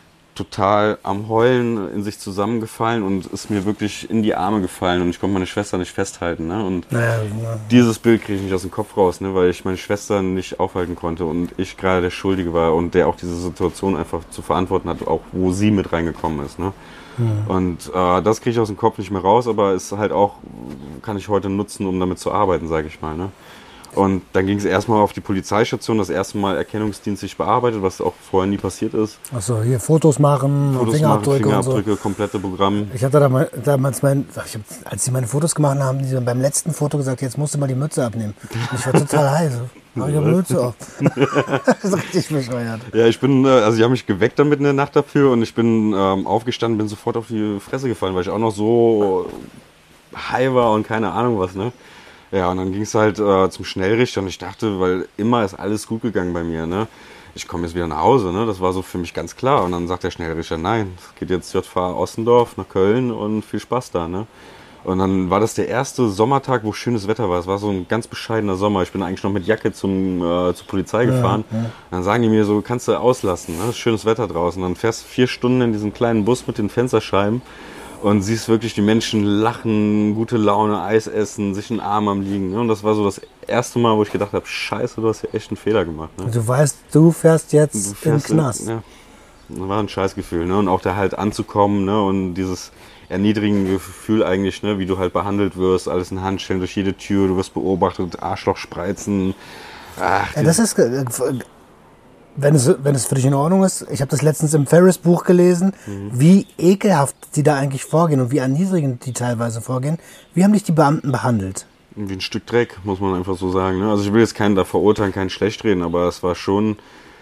total am Heulen, in sich zusammengefallen und ist mir wirklich in die Arme gefallen und ich konnte meine Schwester nicht festhalten. Ne? Und naja, na. dieses Bild kriege ich nicht aus dem Kopf raus, ne? Weil ich meine Schwester nicht aufhalten konnte und ich gerade der Schuldige war und der auch diese Situation einfach zu verantworten hat, auch wo sie mit reingekommen ist. Ne? Mhm. Und äh, das kriege ich aus dem Kopf nicht mehr raus, aber ist halt auch, kann ich heute nutzen, um damit zu arbeiten, sage ich mal. Ne? Und dann ging es erstmal auf die Polizeistation, das erste Mal erkennungsdienstlich bearbeitet, was auch vorher nie passiert ist. Achso, hier Fotos machen, Fotos Fingerabdrücke, machen, Fingerabdrücke und so. Komplette Programm. Ich hatte da mal, damals mein, ich hab, als sie meine Fotos gemacht haben, haben die beim letzten Foto gesagt, jetzt musst du mal die Mütze abnehmen. Und ich war total heiß. Aber ich habe die Mütze auf. Das ist richtig bescheuert. Ja, ich bin, also ich habe mich geweckt dann mitten in der Nacht dafür und ich bin ähm, aufgestanden, bin sofort auf die Fresse gefallen, weil ich auch noch so high war und keine Ahnung was, ne? Ja, und dann ging es halt äh, zum Schnellrichter und ich dachte, weil immer ist alles gut gegangen bei mir, ne? Ich komme jetzt wieder nach Hause, ne? Das war so für mich ganz klar. Und dann sagt der Schnellrichter, nein, es geht jetzt J V A Ossendorf nach Köln und viel Spaß da, ne? Und dann war das der erste Sommertag, wo schönes Wetter war. Es war so ein ganz bescheidener Sommer. Ich bin eigentlich noch mit Jacke zum, äh, zur Polizei gefahren. Ja, ja. Dann sagen die mir so, kannst du auslassen, ne? Das ist schönes Wetter draußen. Dann fährst du vier Stunden in diesem kleinen Bus mit den Fensterscheiben und siehst wirklich die Menschen lachen, gute Laune, Eis essen, sich einen Arm am liegen. Ne? Und das war so das erste Mal, wo ich gedacht habe, scheiße, du hast hier echt einen Fehler gemacht. Ne? Du weißt, du fährst jetzt du fährst in den Knast. Ja. Das war ein Scheißgefühl. Ne? Und auch da halt anzukommen, ne? Und dieses erniedrigende Gefühl eigentlich, ne? Wie du halt behandelt wirst, alles in Handschellen durch jede Tür, du wirst beobachtet, Arschlochspreizen. Ach, ja, das ist, wenn es, wenn es für dich in Ordnung ist, ich habe das letztens im Ferris-Buch gelesen, mhm. wie ekelhaft die da eigentlich vorgehen und wie erniedrigend die teilweise vorgehen. Wie haben dich die Beamten behandelt? Wie ein Stück Dreck, muss man einfach so sagen. Ne? Also ich will jetzt keinen da verurteilen, keinen schlecht reden, aber es war schon...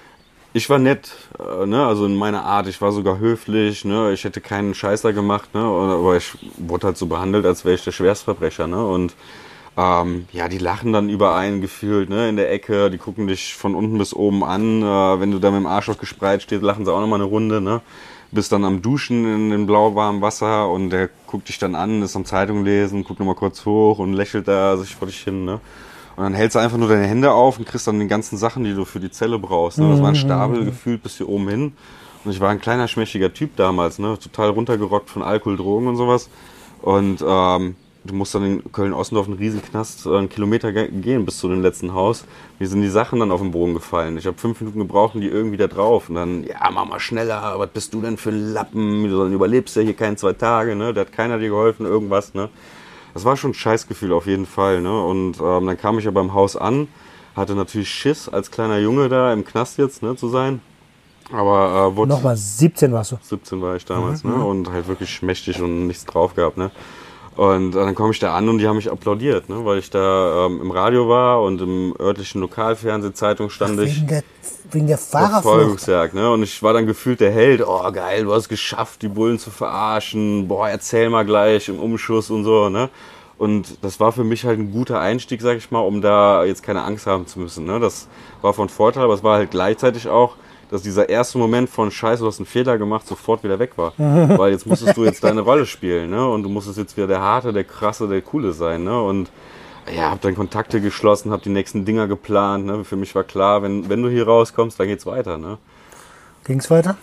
Ich war nett, äh, ne? Also in meiner Art, ich war sogar höflich, ne? Ich hätte keinen Scheißer gemacht, ne? Aber ich wurde halt so behandelt, als wäre ich der Schwerstverbrecher, ne? Und ähm, ja, die lachen dann über einen gefühlt, ne? In der Ecke, die gucken dich von unten bis oben an. Äh, wenn du da mit dem Arschloch gespreizt stehst, lachen sie auch nochmal eine Runde, ne? Bist dann am Duschen in dem blauwarmen Wasser und der guckt dich dann an, ist am Zeitung lesen, guckt nochmal kurz hoch und lächelt da sich vor dich hin, ne? Und dann hältst du einfach nur deine Hände auf und kriegst dann die ganzen Sachen, die du für die Zelle brauchst. Ne? Das war ein Stapel, gefühlt bis hier oben hin. Und ich war ein kleiner, schmächtiger Typ damals, ne? Total runtergerockt von Alkohol, Drogen und sowas. Und ähm, du musst dann in Köln-Ossendorf, einen Riesenknast, einen Kilometer gehen bis zu dem letzten Haus. Mir sind die Sachen dann auf den Boden gefallen. Ich habe fünf Minuten gebraucht und die irgendwie da drauf. Und dann, ja, mach mal schneller, was bist du denn für ein Lappen? Du überlebst ja hier keine zwei Tage, ne? Da hat keiner dir geholfen, irgendwas, ne? Das war schon ein Scheißgefühl auf jeden Fall, ne? Und ähm, dann kam ich ja beim Haus an, hatte natürlich Schiss, als kleiner Junge da im Knast jetzt, ne, zu sein. Aber äh, wurde nochmal siebzehn warst du? siebzehn war ich damals, mhm. ne? Und halt wirklich mächtig und nichts drauf gehabt, ne? Und äh, dann komme ich da an und die haben mich applaudiert, ne? Weil ich da ähm, im Radio war und im örtlichen Lokalfernsehzeitung stand Ach, ich. Wegen der, wegen der Fahrerflucht. Verfolgungsjagd, ne? Und ich war dann gefühlt der Held. Oh, geil, du hast es geschafft, die Bullen zu verarschen. Boah, erzähl mal gleich im Umschuss und so, ne? Und das war für mich halt ein guter Einstieg, sag ich mal, um da jetzt keine Angst haben zu müssen, ne? Das war von Vorteil, aber es war halt gleichzeitig auch, dass dieser erste Moment von Scheiße, du hast einen Fehler gemacht, sofort wieder weg war. Weil jetzt musstest du jetzt deine Rolle spielen, ne? Und du musstest jetzt wieder der Harte, der Krasse, der Coole sein, ne? Und ja, hab dann Kontakte geschlossen, hab die nächsten Dinger geplant, ne? Für mich war klar, wenn, wenn du hier rauskommst, dann geht's weiter, ne? Ging's weiter?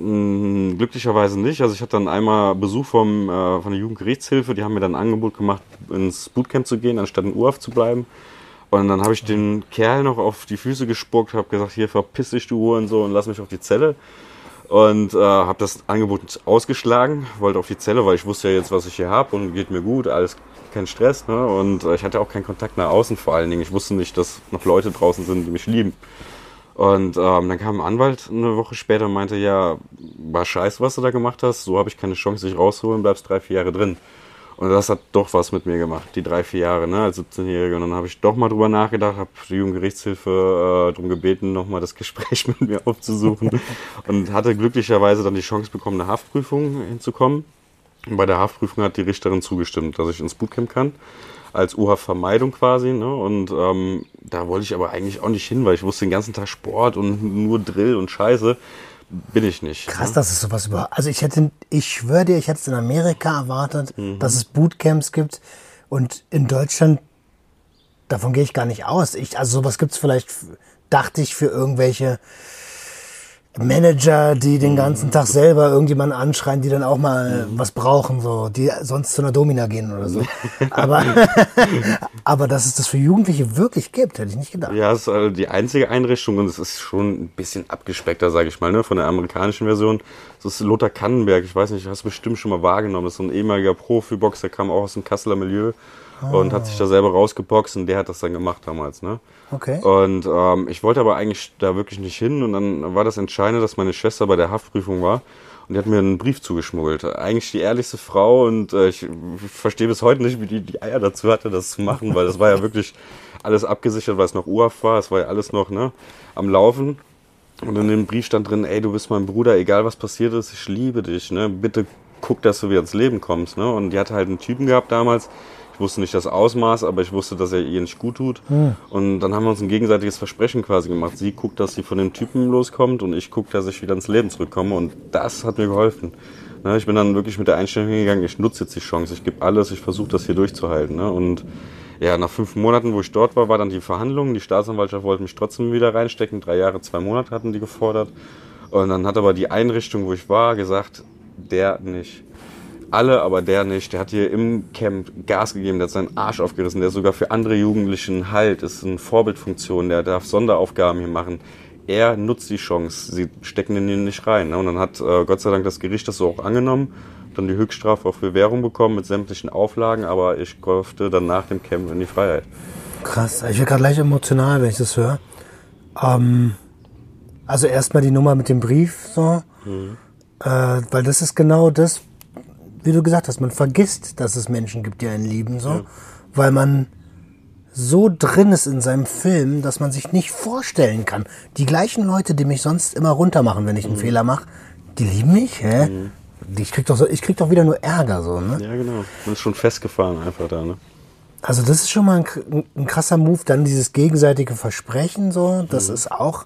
Mh, glücklicherweise nicht. Also ich hatte dann einmal Besuch vom, äh, von der Jugendgerichtshilfe, die haben mir dann ein Angebot gemacht, ins Bootcamp zu gehen, anstatt in U A F zu bleiben. Und dann habe ich den Kerl noch auf die Füße gespuckt, habe gesagt, hier verpiss dich du Uhr und so und lass mich auf die Zelle. Und äh, habe das Angebot ausgeschlagen, wollte auf die Zelle, weil ich wusste ja jetzt, was ich hier habe und geht mir gut, alles kein Stress. Ne? Und äh, ich hatte auch keinen Kontakt nach außen vor allen Dingen. Ich wusste nicht, dass noch Leute draußen sind, die mich lieben. Und ähm, dann kam ein Anwalt eine Woche später und meinte, ja, war scheiße, was du da gemacht hast, so habe ich keine Chance, dich rauszuholen, bleibst drei, vier Jahre drin. Und das hat doch was mit mir gemacht, die drei, vier Jahre, ne, als siebzehnjähriger. Und dann habe ich doch mal drüber nachgedacht, habe die Jugendgerichtshilfe äh, darum gebeten, nochmal das Gespräch mit mir aufzusuchen. Und hatte glücklicherweise dann die Chance bekommen, eine Haftprüfung hinzukommen. Und bei der Haftprüfung hat die Richterin zugestimmt, dass ich ins Bootcamp kann, als U Haftvermeidung quasi. Ne? Und ähm, da wollte ich aber eigentlich auch nicht hin, weil ich wusste den ganzen Tag Sport und nur Drill und Scheiße. Bin ich nicht. Krass, ne? dass es sowas überhaupt. Also ich hätte, ich schwöre dir, ich hätte es in Amerika erwartet, mhm. dass es Bootcamps gibt. Und in Deutschland, davon gehe ich gar nicht aus. Ich, also sowas gibt es vielleicht, dachte ich, für irgendwelche Manager, die den ganzen Tag selber irgendjemanden anschreien, die dann auch mal mhm. was brauchen, so, die sonst zu einer Domina gehen oder so. Aber, aber dass es das für Jugendliche wirklich gibt, hätte ich nicht gedacht. Ja, es ist also die einzige Einrichtung und es ist schon ein bisschen abgespeckter, sage ich mal, ne, von der amerikanischen Version. Das ist Lothar Kannenberg, ich weiß nicht, hast du bestimmt schon mal wahrgenommen. Das ist so ein ehemaliger Profiboxer, der kam auch aus dem Kasseler Milieu. Oh. Und hat sich da selber rausgeboxt und der hat das dann gemacht damals, ne? Okay. Und ähm, ich wollte aber eigentlich da wirklich nicht hin und dann war das Entscheidende, dass meine Schwester bei der Haftprüfung war und die hat mir einen Brief zugeschmuggelt. Eigentlich die ehrlichste Frau und äh, ich, ich verstehe bis heute nicht, wie die die Eier dazu hatte, das zu machen, weil das war ja wirklich alles abgesichert, weil es noch U A F war, es war ja alles noch, ne, am Laufen. Und in dem Brief stand drin, ey, du bist mein Bruder, egal was passiert ist, ich liebe dich, ne, bitte guck, dass du wieder ins Leben kommst, ne. Und die hatte halt einen Typen gehabt damals. Ich wusste nicht das Ausmaß, aber ich wusste, dass er ihr nicht gut tut. Hm. Und dann haben wir uns ein gegenseitiges Versprechen quasi gemacht. Sie guckt, dass sie von dem Typen loskommt und ich gucke, dass ich wieder ins Leben zurückkomme. Und das hat mir geholfen. Ne, ich bin dann wirklich mit der Einstellung hingegangen, ich nutze jetzt die Chance, ich gebe alles, ich versuche das hier durchzuhalten. Ne? Und ja, nach fünf Monaten, wo ich dort war, war dann die Verhandlung. Die Staatsanwaltschaft wollte mich trotzdem wieder reinstecken. Drei Jahre, zwei Monate hatten die gefordert. Und dann hat aber die Einrichtung, wo ich war, gesagt, der nicht. Alle, aber der nicht. Der hat hier im Camp Gas gegeben, der hat seinen Arsch aufgerissen. Der ist sogar für andere Jugendlichen Halt, ist eine Vorbildfunktion, der darf Sonderaufgaben hier machen. Er nutzt die Chance, sie stecken den hier nicht rein. Ne? Und dann hat äh, Gott sei Dank das Gericht das so auch angenommen, dann die Höchststrafe auf Bewährung bekommen mit sämtlichen Auflagen, aber ich durfte dann nach dem Camp in die Freiheit. Krass, ich werde gerade leicht emotional, wenn ich das höre. Ähm, also erstmal die Nummer mit dem Brief, so, mhm. äh, weil das ist genau das, wie du gesagt hast, man vergisst, dass es Menschen gibt, die einen lieben, so, ja. Weil man so drin ist in seinem Film, dass man sich nicht vorstellen kann. Die gleichen Leute, die mich sonst immer runtermachen, wenn ich einen mhm. Fehler mache, die lieben mich, hä? Mhm. Ich krieg doch so, ich krieg doch wieder nur Ärger, so, ne? Ja, genau. Man ist schon festgefahren einfach da, ne? Also das ist schon mal ein, ein krasser Move. Dann dieses gegenseitige Versprechen, so, das mhm. ist auch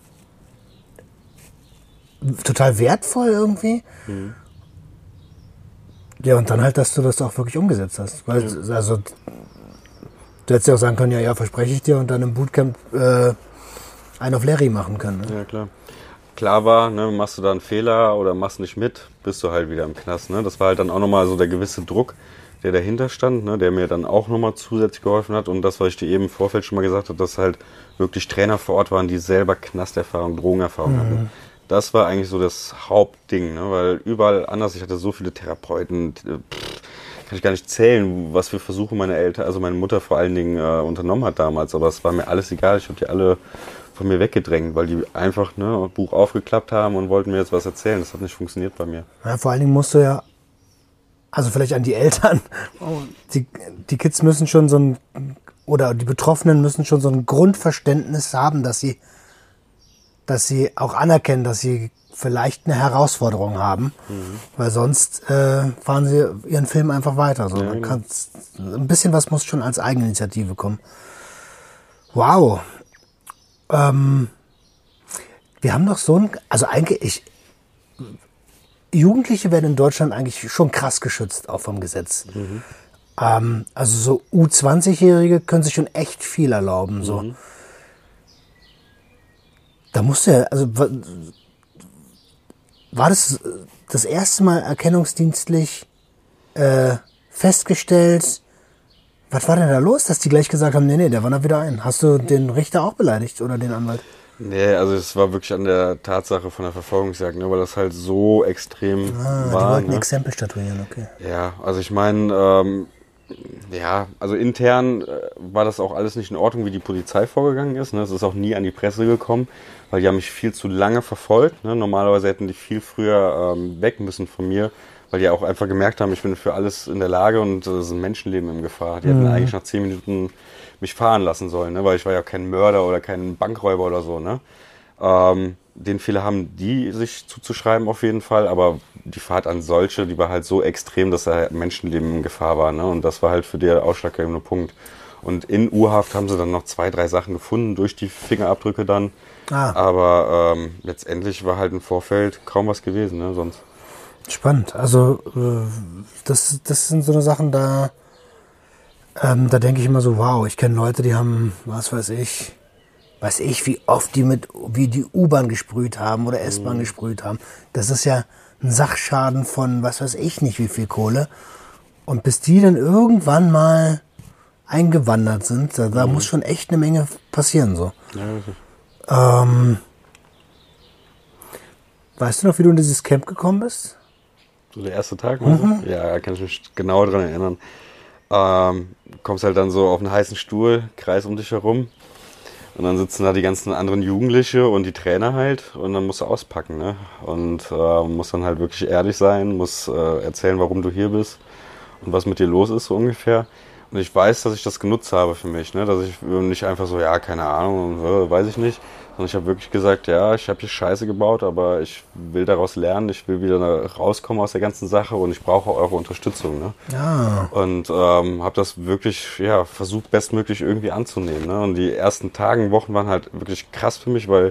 total wertvoll irgendwie. Mhm. Ja, und dann halt, dass du das auch wirklich umgesetzt hast. Weil, ja. also, du hättest ja auch sagen können, ja, ja, verspreche ich dir, und dann im Bootcamp äh, einen auf Larry machen können. Ne? Ja, klar. Klar war, ne, machst du da einen Fehler oder machst nicht mit, bist du halt wieder im Knast. Ne? Das war halt dann auch nochmal so der gewisse Druck, der dahinter stand, ne, der mir dann auch nochmal zusätzlich geholfen hat. Und das, was ich dir eben im Vorfeld schon mal gesagt habe, dass halt wirklich Trainer vor Ort waren, die selber Knasterfahrung, Drogenerfahrung mhm. hatten. Das war eigentlich so das Hauptding, ne? Weil überall anders, ich hatte so viele Therapeuten, pff, kann ich gar nicht zählen, was für Versuche meine Eltern, also meine Mutter vor allen Dingen äh, unternommen hat damals, aber es war mir alles egal, ich habe die alle von mir weggedrängt, weil die einfach ne, Buch aufgeklappt haben und wollten mir jetzt was erzählen. Das hat nicht funktioniert bei mir. Ja, vor allen Dingen musst du ja, also vielleicht an die Eltern, die, die Kids müssen schon so ein, oder die Betroffenen müssen schon so ein Grundverständnis haben, dass sie, dass sie auch anerkennen, dass sie vielleicht eine Herausforderung haben, mhm. weil sonst äh, fahren sie ihren Film einfach weiter. So. Ja, genau. Ein bisschen was muss schon als Eigeninitiative kommen. Wow. Ähm, wir haben doch so ein, also eigentlich, ich, Jugendliche werden in Deutschland eigentlich schon krass geschützt, auch vom Gesetz. Mhm. Ähm, also so U zwanzig-Jährige können sich schon echt viel erlauben. So. Mhm. Da musste ja, also war das das erste Mal erkennungsdienstlich äh, festgestellt? Was war denn da los, dass die gleich gesagt haben, nee, nee, der wandert wieder ein. Hast du den Richter auch beleidigt oder den Anwalt? Nee, also es war wirklich an der Tatsache von der Verfolgungsjagd, ne, weil das halt so extrem ah, war. Die wollten ne? ein Exempel statuieren, okay. Ja, also ich meine, ähm, ja, also intern äh, war das auch alles nicht in Ordnung, wie die Polizei vorgegangen ist. Ne? Es ist auch nie an die Presse gekommen, weil die haben mich viel zu lange verfolgt. Ne? Normalerweise hätten die viel früher ähm, weg müssen von mir, weil die auch einfach gemerkt haben, ich bin für alles in der Lage und es ist ein Menschenleben in Gefahr. Die mhm. hätten eigentlich nach zehn Minuten mich fahren lassen sollen, ne? Weil ich war ja kein Mörder oder kein Bankräuber oder so. Ne? Ähm, den Fehler haben die sich zuzuschreiben auf jeden Fall, aber die Fahrt an solche, die war halt so extrem, dass da Menschenleben in Gefahr war. Ne? Und das war halt für die der ausschlaggebende Punkt. Und in U-Haft haben sie dann noch zwei, drei Sachen gefunden, durch die Fingerabdrücke dann. Ah. Aber ähm, letztendlich war halt im Vorfeld kaum was gewesen, ne? Sonst. Spannend. Also äh, das, das sind so eine Sachen, da, ähm, da denke ich immer so, wow, ich kenne Leute, die haben, was weiß ich, weiß ich, wie oft die mit, wie die U-Bahn gesprüht haben oder S-Bahn mhm. gesprüht haben. Das ist ja ein Sachschaden von, was weiß ich nicht, wie viel Kohle. Und bis die dann irgendwann mal eingewandert sind, da, da mhm. muss schon echt eine Menge passieren, so. Ja, ähm, weißt du noch, wie du in dieses Camp gekommen bist? So der erste Tag, mhm. Ja, kann ich mich genau daran erinnern. Ähm, kommst halt dann so auf einen heißen Stuhl, Kreis um dich herum. Und dann sitzen da die ganzen anderen Jugendliche und die Trainer halt. Und dann musst du auspacken, ne? Und äh, musst dann halt wirklich ehrlich sein, musst äh, erzählen, warum du hier bist und was mit dir los ist, so ungefähr. Und ich weiß, dass ich das genutzt habe für mich, ne? Dass ich nicht einfach so, ja, keine Ahnung, äh, weiß ich nicht. Sondern ich habe wirklich gesagt, ja, ich habe hier Scheiße gebaut, aber ich will daraus lernen, ich will wieder rauskommen aus der ganzen Sache und ich brauche eure Unterstützung, ne? Ja. Und ähm, habe das wirklich, ja, versucht bestmöglich irgendwie anzunehmen, ne? Und die ersten Tagen, Wochen waren halt wirklich krass für mich, weil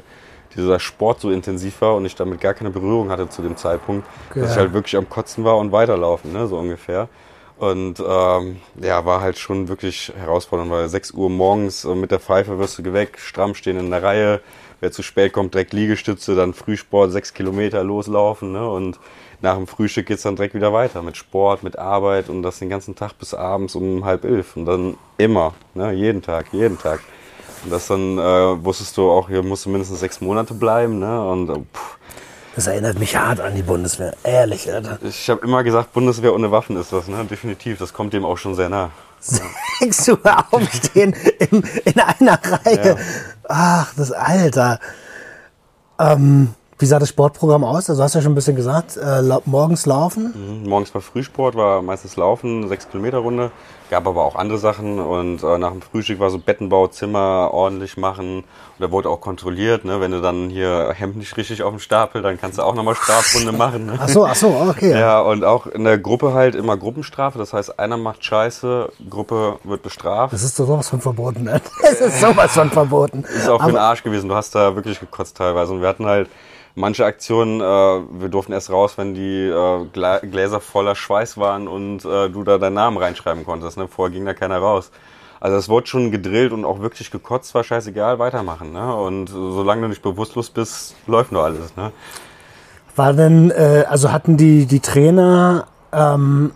dieser Sport so intensiv war und ich damit gar keine Berührung hatte zu dem Zeitpunkt, ja. dass ich halt wirklich am Kotzen war und weiterlaufen, ne, so ungefähr. Und ähm, ja, war halt schon wirklich herausfordernd, weil sechs Uhr morgens äh, mit der Pfeife wirst du geweckt, stramm stehen in der Reihe, wer zu spät kommt, direkt Liegestütze, dann Frühsport, sechs Kilometer loslaufen, ne, und nach dem Frühstück geht's dann direkt wieder weiter mit Sport, mit Arbeit und das den ganzen Tag bis abends um halb elf und dann immer, ne, jeden Tag, jeden Tag. Und das dann äh, wusstest du auch, hier musst du mindestens sechs Monate bleiben, ne, und äh, pff. Das erinnert mich hart an die Bundeswehr, ehrlich, Alter. Ich habe immer gesagt, Bundeswehr ohne Waffen ist das, ne, definitiv, das kommt dem auch schon sehr nah. Sechs Uhr aufstehen in, in einer Reihe. Ja. Ach, das Alter. Ähm, wie sah das Sportprogramm aus? Also hast du ja schon ein bisschen gesagt, äh, la- morgens laufen? Mhm, morgens war Frühsport, war meistens Laufen, sechs Kilometer Runde. Gab aber auch andere Sachen und äh, nach dem Frühstück war so Bettenbau, Zimmer ordentlich machen. Und da wurde auch kontrolliert, ne? Wenn du dann hier Hemd nicht richtig auf dem Stapel, dann kannst du auch nochmal Strafrunde machen. Ne? Ach so, ach so, okay. Ja, und auch in der Gruppe halt immer Gruppenstrafe. Das heißt, einer macht Scheiße, Gruppe wird bestraft. Das ist doch sowas von verboten, ne? Das ist sowas von verboten. Ist auch für den Arsch gewesen. Du hast da wirklich gekotzt teilweise. Und wir hatten halt manche Aktionen, äh, wir durften erst raus, wenn die äh, Gla- Gläser voller Schweiß waren und äh, du da deinen Namen reinschreiben konntest. Ne? Vorher ging da keiner raus. Also es wurde schon gedrillt und auch wirklich gekotzt, war scheißegal, weitermachen. Ne? Und solange du nicht bewusstlos bist, läuft nur alles. Ne? War denn, äh, also hatten die, die Trainer, ähm,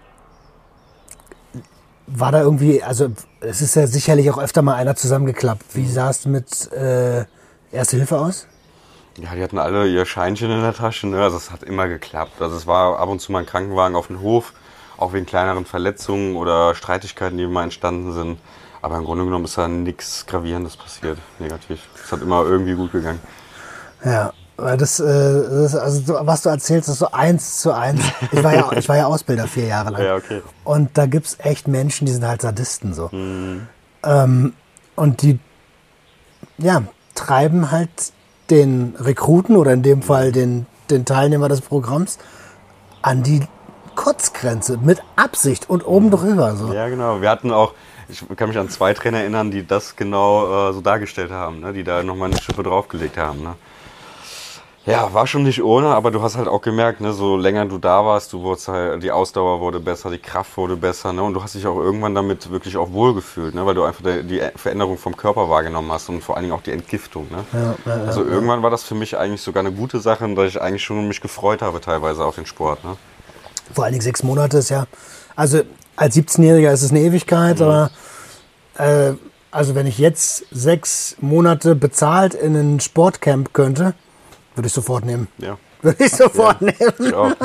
war da irgendwie, also es ist ja sicherlich auch öfter mal einer zusammengeklappt. Wie sah es mit äh, Erste Hilfe aus? Ja, die hatten alle ihr Scheinchen in der Tasche, ne? Also es hat immer geklappt. Also es war ab und zu mal ein Krankenwagen auf dem Hof, auch wegen kleineren Verletzungen oder Streitigkeiten, die mal entstanden sind. Aber im Grunde genommen ist da nichts Gravierendes passiert, negativ. Es hat immer irgendwie gut gegangen. Ja, weil das, äh, das also was du erzählst, ist so eins zu eins. Ich war ja, ich war ja Ausbilder vier Jahre lang. Ja, okay. Und da gibt's echt Menschen, die sind halt Sadisten so. Mhm. Ähm, und die, ja, treiben halt den Rekruten oder in dem Fall den, den Teilnehmer des Programms an die Kotzgrenze mit Absicht und oben drüber. So. Ja, genau. Wir hatten auch, ich kann mich an zwei Trainer erinnern, die das genau äh, so dargestellt haben, ne? Die da nochmal eine Schippe draufgelegt haben. Ne? Ja, war schon nicht ohne, aber du hast halt auch gemerkt, ne, so länger du da warst, du wurdest halt, die Ausdauer wurde besser, die Kraft wurde besser, ne, und du hast dich auch irgendwann damit wirklich auch wohlgefühlt, ne, weil du einfach die, die Veränderung vom Körper wahrgenommen hast und vor allen Dingen auch die Entgiftung, ne. Ja, ja, also ja, irgendwann war das für mich eigentlich sogar eine gute Sache, dass ich eigentlich schon mich gefreut habe teilweise auf den Sport, ne. Vor allen Dingen sechs Monate ist ja, also als siebzehnjähriger ist es eine Ewigkeit, mhm. aber äh, also wenn ich jetzt sechs Monate bezahlt in ein Sportcamp könnte, würde ich sofort nehmen. Ja. Würde ich sofort ja, nehmen. Ich auch.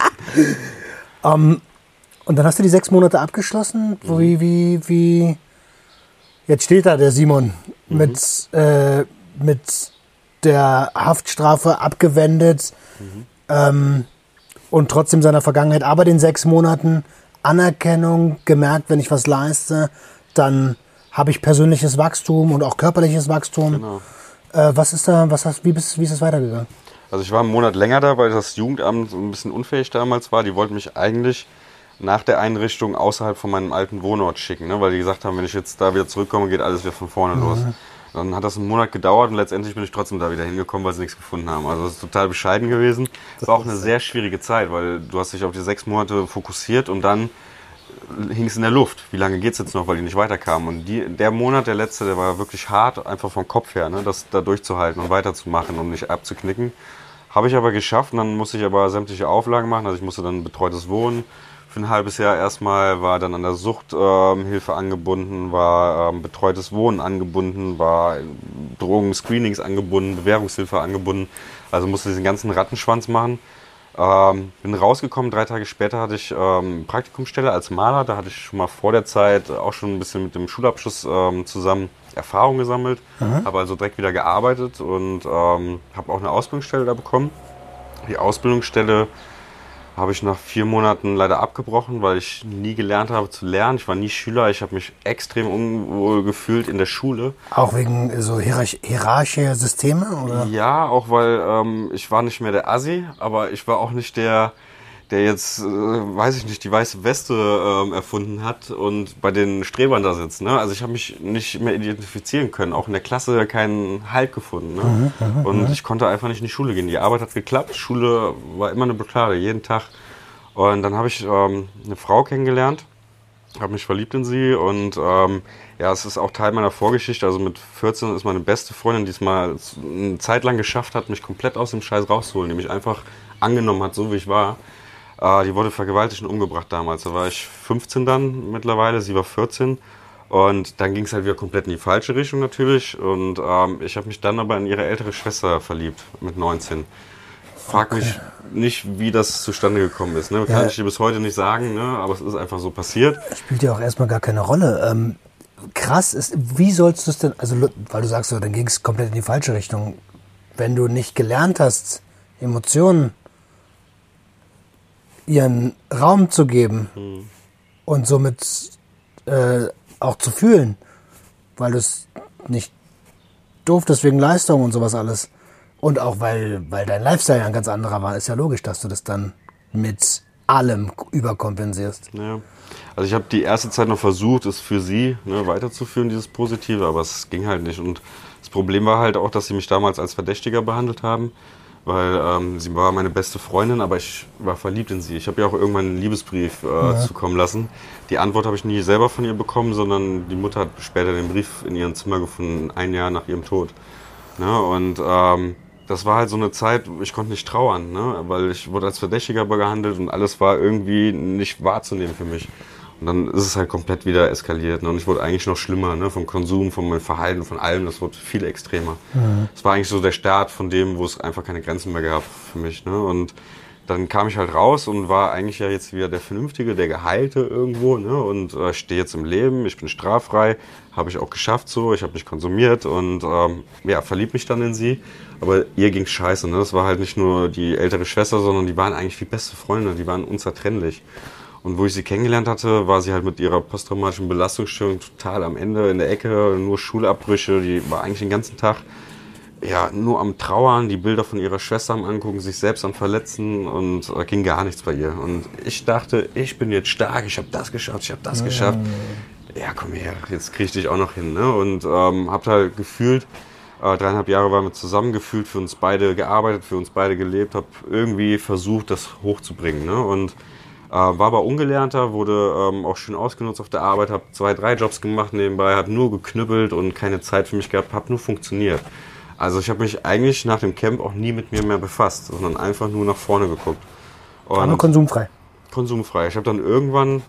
um, und dann hast du die sechs Monate abgeschlossen. Mhm. Wie, wie, wie. Jetzt steht da der Simon mhm. mit, äh, mit der Haftstrafe abgewendet mhm. ähm, und trotzdem seiner Vergangenheit, aber den sechs Monaten Anerkennung, gemerkt, wenn ich was leiste, dann habe ich persönliches Wachstum und auch körperliches Wachstum. Genau. Äh, was ist da, was hast, wie, bist, wie ist es weitergegangen? Also ich war einen Monat länger da, weil das Jugendamt so ein bisschen unfähig damals war. Die wollten mich eigentlich nach der Einrichtung außerhalb von meinem alten Wohnort schicken, ne? Weil die gesagt haben, wenn ich jetzt da wieder zurückkomme, geht alles wieder von vorne mhm. los. Dann hat das einen Monat gedauert und letztendlich bin ich trotzdem da wieder hingekommen, weil sie nichts gefunden haben. Also das ist total bescheiden gewesen. Das war auch eine sehr schwierige Zeit, weil du hast dich auf die sechs Monate fokussiert und dann hing es in der Luft. Wie lange geht es jetzt noch, weil die nicht weiterkamen? Und die, der Monat, der letzte, der war wirklich hart, einfach vom Kopf her, ne? Das da durchzuhalten und weiterzumachen und nicht abzuknicken. Habe ich aber geschafft und dann musste ich aber sämtliche Auflagen machen. Also ich musste dann betreutes Wohnen für ein halbes Jahr erstmal, war dann an der Suchthilfe ähm, angebunden, war ähm, betreutes Wohnen angebunden, war Drogen-Screenings angebunden, Bewährungshilfe angebunden. Also musste diesen ganzen Rattenschwanz machen. Ähm, bin rausgekommen, drei Tage später hatte ich ähm, Praktikumsstelle als Maler. Da hatte ich schon mal vor der Zeit auch schon ein bisschen mit dem Schulabschluss ähm, zusammen Erfahrung gesammelt. Mhm. Habe also direkt wieder gearbeitet und ähm, habe auch eine Ausbildungsstelle da bekommen. Die Ausbildungsstelle habe ich nach vier Monaten leider abgebrochen, weil ich nie gelernt habe zu lernen. Ich war nie Schüler, ich habe mich extrem unwohl gefühlt in der Schule. Auch wegen so hierarch- hierarchische Systeme? Oder? Ja, auch weil ähm, ich war nicht mehr der Assi, aber ich war auch nicht der, der jetzt, äh, weiß ich nicht, die weiße Weste äh, erfunden hat und bei den Strebern da sitzt. Ne? Also ich habe mich nicht mehr identifizieren können, auch in der Klasse keinen Halt gefunden. Ne? Mhm, mh, und mh. ich konnte einfach nicht in die Schule gehen. Die Arbeit hat geklappt, Schule war immer eine Blockade, jeden Tag. Und dann habe ich ähm, eine Frau kennengelernt, habe mich verliebt in sie und ähm, ja, es ist auch Teil meiner Vorgeschichte. Also mit vierzehn ist meine beste Freundin, die es mal eine Zeit lang geschafft hat, mich komplett aus dem Scheiß rauszuholen, die mich einfach angenommen hat, so wie ich war. Äh, die wurde vergewaltigt und umgebracht damals. Da war ich fünfzehn dann mittlerweile, sie war vierzehn. Und dann ging es halt wieder komplett in die falsche Richtung natürlich. Und ähm, ich habe mich dann aber in ihre ältere Schwester verliebt, mit neunzehn. Frag okay. mich nicht, wie das zustande gekommen ist. Ne? Kann ja. ich dir bis heute nicht sagen, ne? Aber es ist einfach so passiert. Spielt ja auch erstmal gar keine Rolle. Ähm, krass ist, wie sollst du es denn, also weil du sagst, so, dann ging es komplett in die falsche Richtung. Wenn du nicht gelernt hast, Emotionen ihren Raum zu geben hm. und somit äh, auch zu fühlen, weil du es nicht durftest wegen Leistung und sowas alles. Und auch weil, weil dein Lifestyle ja ein ganz anderer war, ist ja logisch, dass du das dann mit allem überkompensierst. Ja. Also ich habe die erste Zeit noch versucht, es für sie ne, weiterzuführen, dieses Positive, aber es ging halt nicht. Und das Problem war halt auch, dass sie mich damals als Verdächtiger behandelt haben, weil ähm, sie war meine beste Freundin, aber ich war verliebt in sie. Ich habe ihr auch irgendwann einen Liebesbrief äh, ja. zukommen lassen. Die Antwort habe ich nie selber von ihr bekommen, sondern die Mutter hat später den Brief in ihrem Zimmer gefunden, ein Jahr nach ihrem Tod. Ne? Und ähm, das war halt so eine Zeit, ich konnte nicht trauern, ne? Weil ich wurde als Verdächtiger behandelt und alles war irgendwie nicht wahrzunehmen für mich. Und dann ist es halt komplett wieder eskaliert. Ne? Und ich wurde eigentlich noch schlimmer, ne? Vom Konsum, von meinem Verhalten, von allem. Das wurde viel extremer. Es mhm. war eigentlich so der Start von dem, wo es einfach keine Grenzen mehr gab für mich. Ne? Und dann kam ich halt raus und war eigentlich ja jetzt wieder der Vernünftige, der Geheilte irgendwo. Ne? Und äh, stehe jetzt im Leben, ich bin straffrei, habe ich auch geschafft so. Ich habe nicht konsumiert und ähm, ja, verlieb mich dann in sie. Aber ihr ging's scheiße. Ne? Das war halt nicht nur die ältere Schwester, sondern die waren eigentlich wie beste Freunde. Die waren unzertrennlich. Und wo ich sie kennengelernt hatte, war sie halt mit ihrer posttraumatischen Belastungsstörung total am Ende in der Ecke, nur Schulabbrüche. Die war eigentlich den ganzen Tag ja, nur am Trauern, die Bilder von ihrer Schwester am Angucken, sich selbst am Verletzen und da ging gar nichts bei ihr. Und ich dachte, ich bin jetzt stark, ich habe das geschafft, ich habe das ja. geschafft. Ja, komm her, jetzt krieg ich dich auch noch hin. Ne? Und ähm, hab halt gefühlt, äh, dreieinhalb Jahre waren wir zusammen, gefühlt für uns beide gearbeitet, für uns beide gelebt, habe irgendwie versucht, das hochzubringen. Ne? Und äh, war aber Ungelernter, wurde ähm, auch schön ausgenutzt auf der Arbeit, habe zwei, drei Jobs gemacht nebenbei, habe nur geknüppelt und keine Zeit für mich gehabt, habe nur funktioniert. Also ich habe mich eigentlich nach dem Camp auch nie mit mir mehr befasst, sondern einfach nur nach vorne geguckt. Und aber konsumfrei. Konsumfrei. Ich habe dann irgendwann,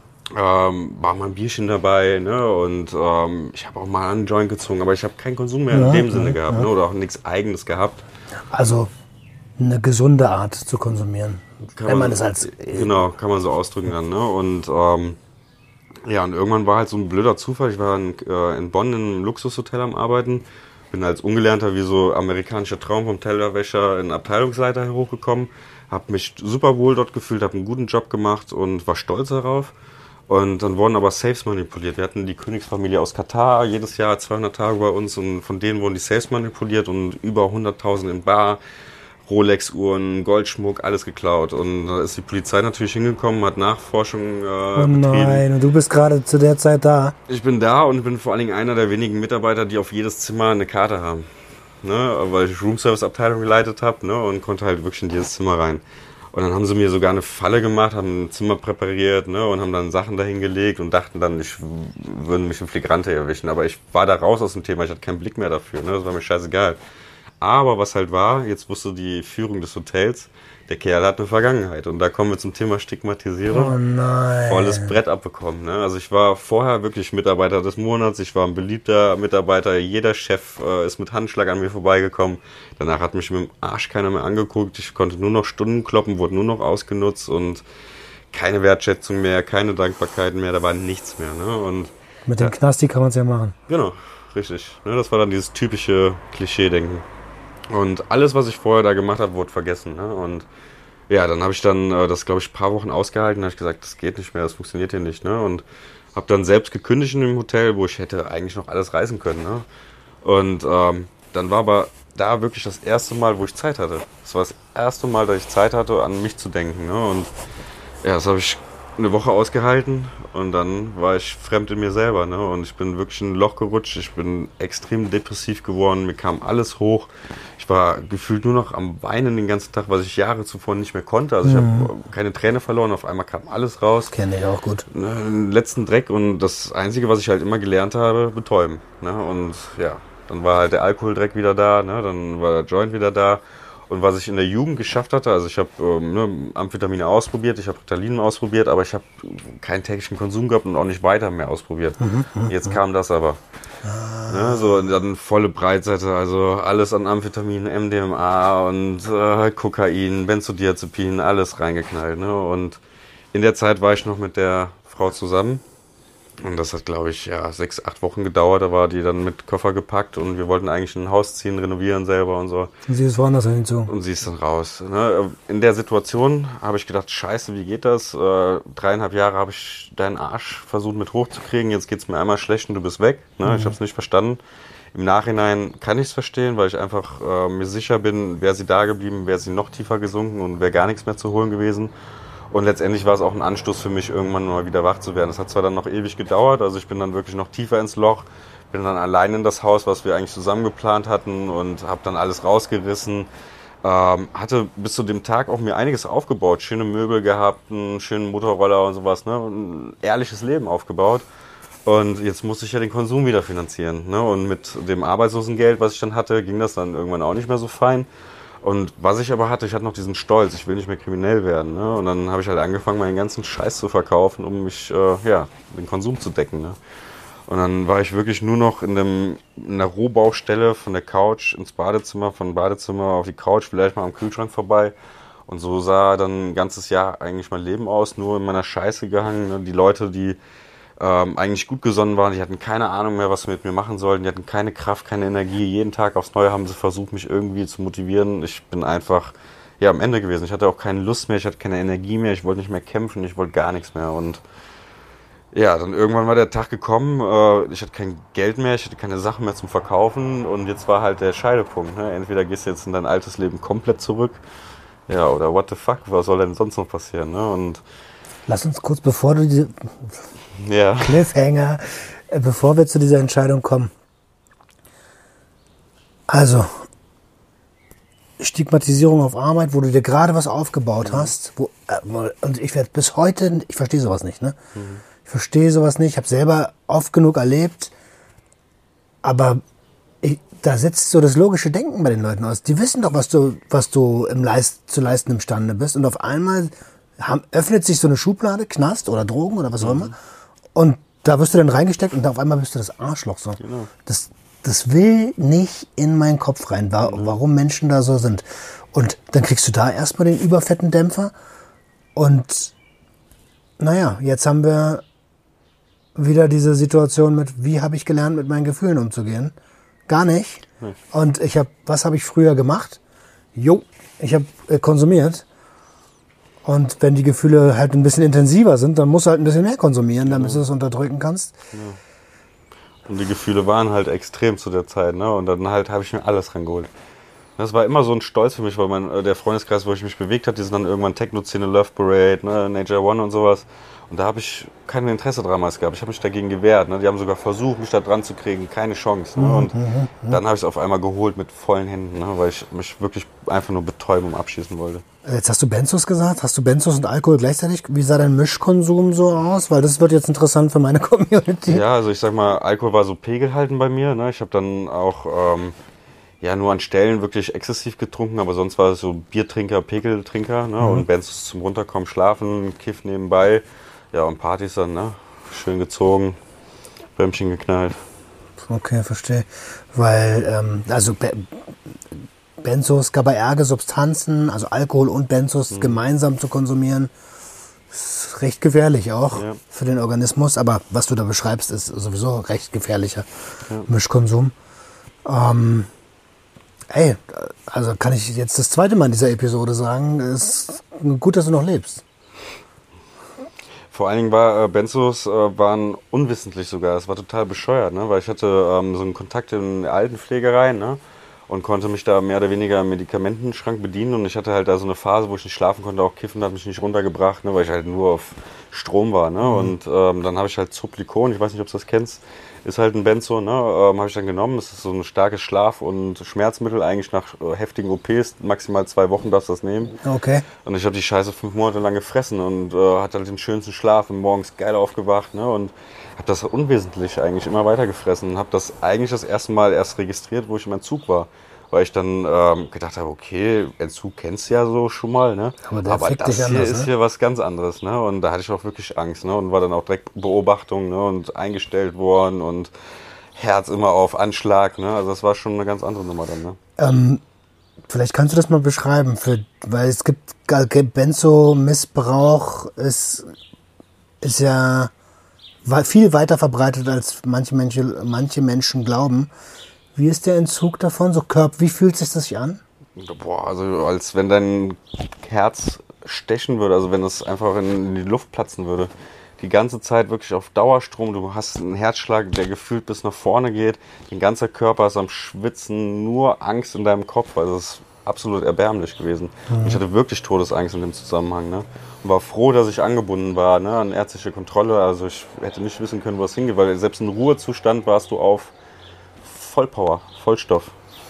ähm, war mal ein Bierchen dabei, ne, und ähm, ich habe auch mal einen Joint gezogen, aber ich habe keinen Konsum mehr ja, in dem ja, Sinne gehabt, ja. ne, oder auch nichts Eigenes gehabt. Also eine gesunde Art zu konsumieren, kann wenn man es als... Genau, kann man so ausdrücken dann, ne, und ähm, ja, und irgendwann war halt so ein blöder Zufall, ich war in, äh, in Bonn in einem Luxushotel am Arbeiten, bin als Ungelernter wie so amerikanischer Traum vom Tellerwäscher in Abteilungsleiter hochgekommen, habe mich super wohl dort gefühlt, habe einen guten Job gemacht und war stolz darauf. Und dann wurden aber Safes manipuliert. Wir hatten die Königsfamilie aus Katar, jedes Jahr zweihundert Tage bei uns und von denen wurden die Safes manipuliert und über hunderttausend in Bar, Rolex-Uhren, Goldschmuck, alles geklaut. Und da ist die Polizei natürlich hingekommen, hat Nachforschung äh, oh nein, betrieben. Und du bist gerade zu der Zeit da? Ich bin da und bin vor allen Dingen einer der wenigen Mitarbeiter, die auf jedes Zimmer eine Karte haben. Ne? Weil ich Roomservice-Abteilung geleitet habe, ne? Und konnte halt wirklich in jedes Zimmer rein. Und dann haben sie mir sogar eine Falle gemacht, haben ein Zimmer präpariert, ne? Und haben dann Sachen dahin gelegt und dachten dann, ich würde mich in Flagrante erwischen. Aber ich war da raus aus dem Thema, ich hatte keinen Blick mehr dafür. Ne? Das war mir scheißegal. Aber was halt war, jetzt wusste die Führung des Hotels, der Kerl hat eine Vergangenheit. Und da kommen wir zum Thema Stigmatisierung. Oh nein. Volles Brett abbekommen. Ne? Also ich war vorher wirklich Mitarbeiter des Monats, ich war ein beliebter Mitarbeiter, jeder Chef äh, ist mit Handschlag an mir vorbeigekommen. Danach hat mich mit dem Arsch keiner mehr angeguckt, ich konnte nur noch Stunden kloppen, wurde nur noch ausgenutzt und keine Wertschätzung mehr, keine Dankbarkeit mehr, da war nichts mehr. Ne? Und mit dem ja, Knasti kann man es ja machen. Genau, richtig. Ne? Das war dann dieses typische Klischee-Denken. Und alles, was ich vorher da gemacht habe, wurde vergessen. Ne? Und ja, dann habe ich dann äh, das, glaube ich, ein paar Wochen ausgehalten. Da habe ich gesagt, das geht nicht mehr, das funktioniert hier nicht. Ne? Und habe dann selbst gekündigt in dem Hotel, wo ich hätte eigentlich noch alles reißen können. Ne? Und ähm, dann war aber da wirklich das erste Mal, wo ich Zeit hatte. Das war das erste Mal, dass ich Zeit hatte, an mich zu denken. Ne? Und ja, das habe ich eine Woche ausgehalten und dann war ich fremd in mir selber. Ne? Und ich bin wirklich in ein Loch gerutscht. Ich bin extrem depressiv geworden. Mir kam alles hoch. Ich war gefühlt nur noch am Weinen den ganzen Tag, was ich Jahre zuvor nicht mehr konnte. Also ich Mhm. habe keine Träne verloren. Auf einmal kam alles raus. Kenne ich auch gut. Ne, den letzten Dreck. Und das Einzige, was ich halt immer gelernt habe, betäuben. Ne? Und ja, dann war halt der Alkoholdreck wieder da. Ne? Dann war der Joint wieder da. Und was ich in der Jugend geschafft hatte, also ich habe ähm, ne, Amphetamine ausprobiert, ich habe Ritalin ausprobiert, aber ich habe keinen täglichen Konsum gehabt und auch nicht weiter mehr ausprobiert. Mhm, Jetzt kam das aber. Ah. Ne, so dann volle Breitseite, also alles an Amphetaminen, M D M A und äh, Kokain, Benzodiazepin, alles reingeknallt. Ne? Und in der Zeit war ich noch mit der Frau zusammen. Und das hat, glaube ich, ja, sechs, acht Wochen gedauert. Da war die dann mit Koffer gepackt und wir wollten eigentlich ein Haus ziehen, renovieren selber und so. Und sie ist woanders hinzu. Und sie ist dann raus. Ne? In der Situation habe ich gedacht, scheiße, wie geht das? Äh, dreieinhalb Jahre habe ich deinen Arsch versucht mit hochzukriegen. Jetzt geht es mir einmal schlecht und du bist weg. Ne? Mhm. Ich habe es nicht verstanden. Im Nachhinein kann ich es verstehen, weil ich einfach äh, mir sicher bin, wäre sie da geblieben, wäre sie noch tiefer gesunken und wäre gar nichts mehr zu holen gewesen. Und letztendlich war es auch ein Anstoß für mich, irgendwann mal wieder wach zu werden. Das hat zwar dann noch ewig gedauert, also ich bin dann wirklich noch tiefer ins Loch, bin dann allein in das Haus, was wir eigentlich zusammen geplant hatten und habe dann alles rausgerissen. Ähm, hatte bis zu dem Tag auch mir einiges aufgebaut, schöne Möbel gehabt, einen schönen Motorroller und sowas, ne? Ein ehrliches Leben aufgebaut. Und jetzt musste ich ja den Konsum wieder finanzieren. Ne? Und mit dem Arbeitslosengeld, was ich dann hatte, ging das dann irgendwann auch nicht mehr so fein. Und was ich aber hatte, ich hatte noch diesen Stolz, ich will nicht mehr kriminell werden. Ne? Und dann habe ich halt angefangen, meinen ganzen Scheiß zu verkaufen, um mich, äh, ja, den Konsum zu decken. Ne? Und dann war ich wirklich nur noch in, dem, in einer Rohbaustelle von der Couch ins Badezimmer, von Badezimmer auf die Couch, vielleicht mal am Kühlschrank vorbei. Und so sah dann ein ganzes Jahr eigentlich mein Leben aus, nur in meiner Scheiße gehangen. Ne? Die Leute, die ähm, eigentlich gut gesonnen waren, die hatten keine Ahnung mehr, was sie mit mir machen sollten, die hatten keine Kraft, keine Energie. Jeden Tag aufs Neue haben sie versucht, mich irgendwie zu motivieren. Ich bin einfach ja, am Ende gewesen. Ich hatte auch keine Lust mehr, ich hatte keine Energie mehr, ich wollte nicht mehr kämpfen, ich wollte gar nichts mehr. Und ja, dann irgendwann war der Tag gekommen, äh, ich hatte kein Geld mehr, ich hatte keine Sachen mehr zum Verkaufen und jetzt war halt der Scheidepunkt. Ne? Entweder gehst du jetzt in dein altes Leben komplett zurück, ja, oder what the fuck, was soll denn sonst noch passieren? Ne? Und lass uns kurz, bevor du diese ja. Cliffhanger, äh, bevor wir zu dieser Entscheidung kommen. Also, Stigmatisierung auf Arbeit, wo du dir gerade was aufgebaut mhm. hast, wo, äh, und ich werde bis heute, ich verstehe sowas nicht, ne? Mhm. Ich verstehe sowas nicht, ich habe selber oft genug erlebt, aber ich, da setzt so das logische Denken bei den Leuten aus. Die wissen doch, was du, was du im Leist, zu leisten imstande bist und auf einmal haben, öffnet sich so eine Schublade, Knast oder Drogen oder was auch immer, und da wirst du dann reingesteckt und auf einmal bist du das Arschloch. So. Genau. Das, das will nicht in meinen Kopf rein, warum Menschen da so sind. Und dann kriegst du da erstmal den überfetten Dämpfer. Und naja, jetzt haben wir wieder diese Situation mit, wie habe ich gelernt, mit meinen Gefühlen umzugehen? Gar nicht. Und ich habe, was habe ich früher gemacht? Jo, ich habe äh, konsumiert. Und wenn die Gefühle halt ein bisschen intensiver sind, dann musst du halt ein bisschen mehr konsumieren, damit du es unterdrücken kannst. Ja. Und die Gefühle waren halt extrem zu der Zeit, ne? Und dann halt habe ich mir alles rangeholt. Das war immer so ein Stolz für mich, weil mein, der Freundeskreis, wo ich mich bewegt habe, die sind dann irgendwann Techno-Szene, Love Parade, ne, Nature One und sowas. Und da habe ich kein Interesse damals gehabt. Ich habe mich dagegen gewehrt. Ne? Die haben sogar versucht, mich da dran zu kriegen. Keine Chance. Ne? Und mhm, dann habe ich es auf einmal geholt mit vollen Händen, ne? Weil ich mich wirklich einfach nur betäuben und abschießen wollte. Jetzt hast du Benzos gesagt. Hast du Benzos und Alkohol gleichzeitig? Wie sah dein Mischkonsum so aus? Weil das wird jetzt interessant für meine Community. Ja, also ich sag mal, Alkohol war so Pegelhalten bei mir. Ne? Ich habe dann auch ähm, ja nur an Stellen wirklich exzessiv getrunken, aber sonst war es so Biertrinker, Pegeltrinker, ne? Mhm. Und Benzos zum Runterkommen, Schlafen, Kiff nebenbei. Ja, und Partys dann, ne? Schön gezogen, Bäumchen geknallt. Okay, verstehe. Weil, ähm, also Be Benzos, GABA-erge Substanzen, also Alkohol und Benzos mhm. gemeinsam zu konsumieren, ist recht gefährlich auch ja. für den Organismus. Aber was du da beschreibst, ist sowieso recht gefährlicher ja. Mischkonsum. Ähm, ey, also kann ich jetzt das zweite Mal in dieser Episode sagen, es ist gut, dass du noch lebst. Vor allen Dingen war äh, Benzos äh, waren unwissentlich sogar. Das war total bescheuert, ne? Weil ich hatte ähm, so einen Kontakt in Altenpflegereien, ne? und konnte mich da mehr oder weniger im Medikamentenschrank bedienen. Und ich hatte halt da so eine Phase, wo ich nicht schlafen konnte, auch Kiffen hat mich nicht runtergebracht, ne, weil ich halt nur auf Strom war. Ne? Mhm. Und ähm, dann habe ich halt Zoplicon, ich weiß nicht, ob du das kennst, ist halt ein Benzo, ne? ähm, habe ich dann genommen. Das ist so ein starkes Schlaf- und Schmerzmittel, eigentlich nach äh, heftigen O Ps, maximal zwei Wochen darfst du das nehmen. Okay. Und ich habe die Scheiße fünf Monate lang gefressen und äh, hatte halt den schönsten Schlaf und morgens geil aufgewacht, ne? Und habe das unwesentlich eigentlich immer weiter gefressen und habe das eigentlich das erste Mal erst registriert, wo ich im Entzug war. Weil ich dann ähm, gedacht habe, okay, Entzug kennst du ja so schon mal, ne? Aber, der Aber das hier anders, ist ne? hier was ganz anderes, ne? Und da hatte ich auch wirklich Angst, ne? Und war dann auch direkt Beobachtung, ne? Und eingestellt worden und Herz immer auf Anschlag, ne? Also das war schon eine ganz andere Nummer dann, ne? Ähm, vielleicht kannst du das mal beschreiben, für, weil es gibt Benzo-Missbrauch ist, ist ja viel weiter verbreitet, als manche Menschen, manche Menschen glauben. Wie ist der Entzug davon? So Körper, wie fühlt sich das sich an? Boah, also als wenn dein Herz stechen würde, also wenn es einfach in die Luft platzen würde. Die ganze Zeit wirklich auf Dauerstrom. Du hast einen Herzschlag, der gefühlt bis nach vorne geht. Dein ganzer Körper ist am Schwitzen, nur Angst in deinem Kopf. Also es ist absolut erbärmlich gewesen. Mhm. Ich hatte wirklich Todesangst in dem Zusammenhang. Ne? Und war froh, dass ich angebunden war, ne, an ärztliche Kontrolle. Also ich hätte nicht wissen können, wo es hingeht, weil selbst im Ruhezustand warst du auf Vollpower, Vollstoff.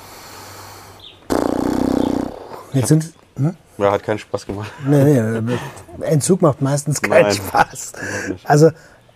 Jetzt sind... Hm? Ja, hat keinen Spaß gemacht. Nee, nee, Entzug macht meistens keinen Nein, Spaß. Also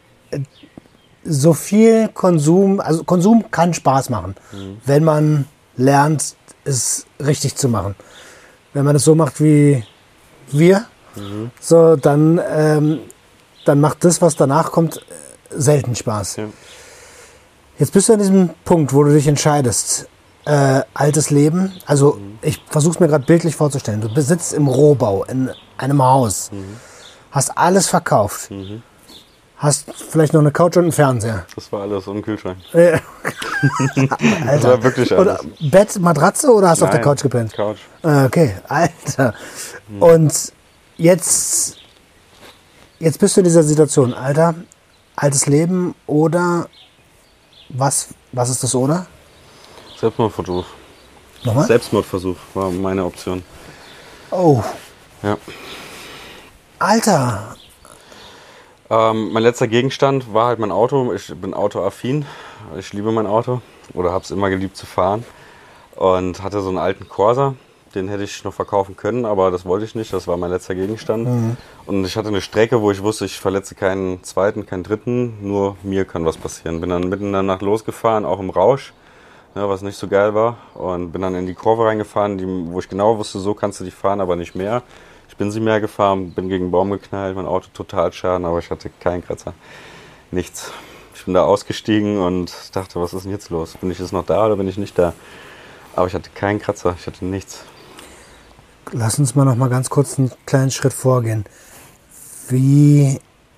so viel Konsum, also Konsum kann Spaß machen, mhm. wenn man lernt, es richtig zu machen. Wenn man es so macht wie wir, mhm. so dann, ähm, dann macht das, was danach kommt, selten Spaß. Ja. Jetzt bist du an diesem Punkt, wo du dich entscheidest, äh, altes Leben, also mhm. ich versuche es mir gerade bildlich vorzustellen. Du sitzt im Rohbau in einem Haus, mhm. hast alles verkauft, mhm. hast vielleicht noch eine Couch und einen Fernseher. Das war alles und ein Kühlschrank. Alter. Das war wirklich alles. Oder Bett, Matratze oder hast du auf der Couch gepennt? Couch. Okay, Alter. Mhm. Und jetzt, jetzt bist du in dieser Situation, Alter, altes Leben oder was, was ist das oder? Selbstmordversuch. Nochmal? Selbstmordversuch war meine Option. Oh. Ja. Alter. Ähm, mein letzter Gegenstand war halt mein Auto. Ich bin autoaffin. Ich liebe mein Auto oder habe es immer geliebt zu fahren. Und hatte so einen alten Corsa. Den hätte ich noch verkaufen können, aber das wollte ich nicht. Das war mein letzter Gegenstand. Mhm. Und ich hatte eine Strecke, wo ich wusste, ich verletze keinen zweiten, keinen dritten. Nur mir kann was passieren. Bin dann mitten in der Nacht losgefahren, auch im Rausch. Ja, was nicht so geil war, und bin dann in die Kurve reingefahren, die, wo ich genau wusste, so kannst du die fahren, aber nicht mehr. Ich bin sie mehr gefahren, bin gegen einen Baum geknallt, mein Auto total schaden, aber ich hatte keinen Kratzer, nichts. Ich bin da ausgestiegen und dachte, was ist denn jetzt los? Bin ich jetzt noch da oder bin ich nicht da? Aber ich hatte keinen Kratzer, ich hatte nichts. Lass uns mal noch mal ganz kurz einen kleinen Schritt vorgehen. Wie...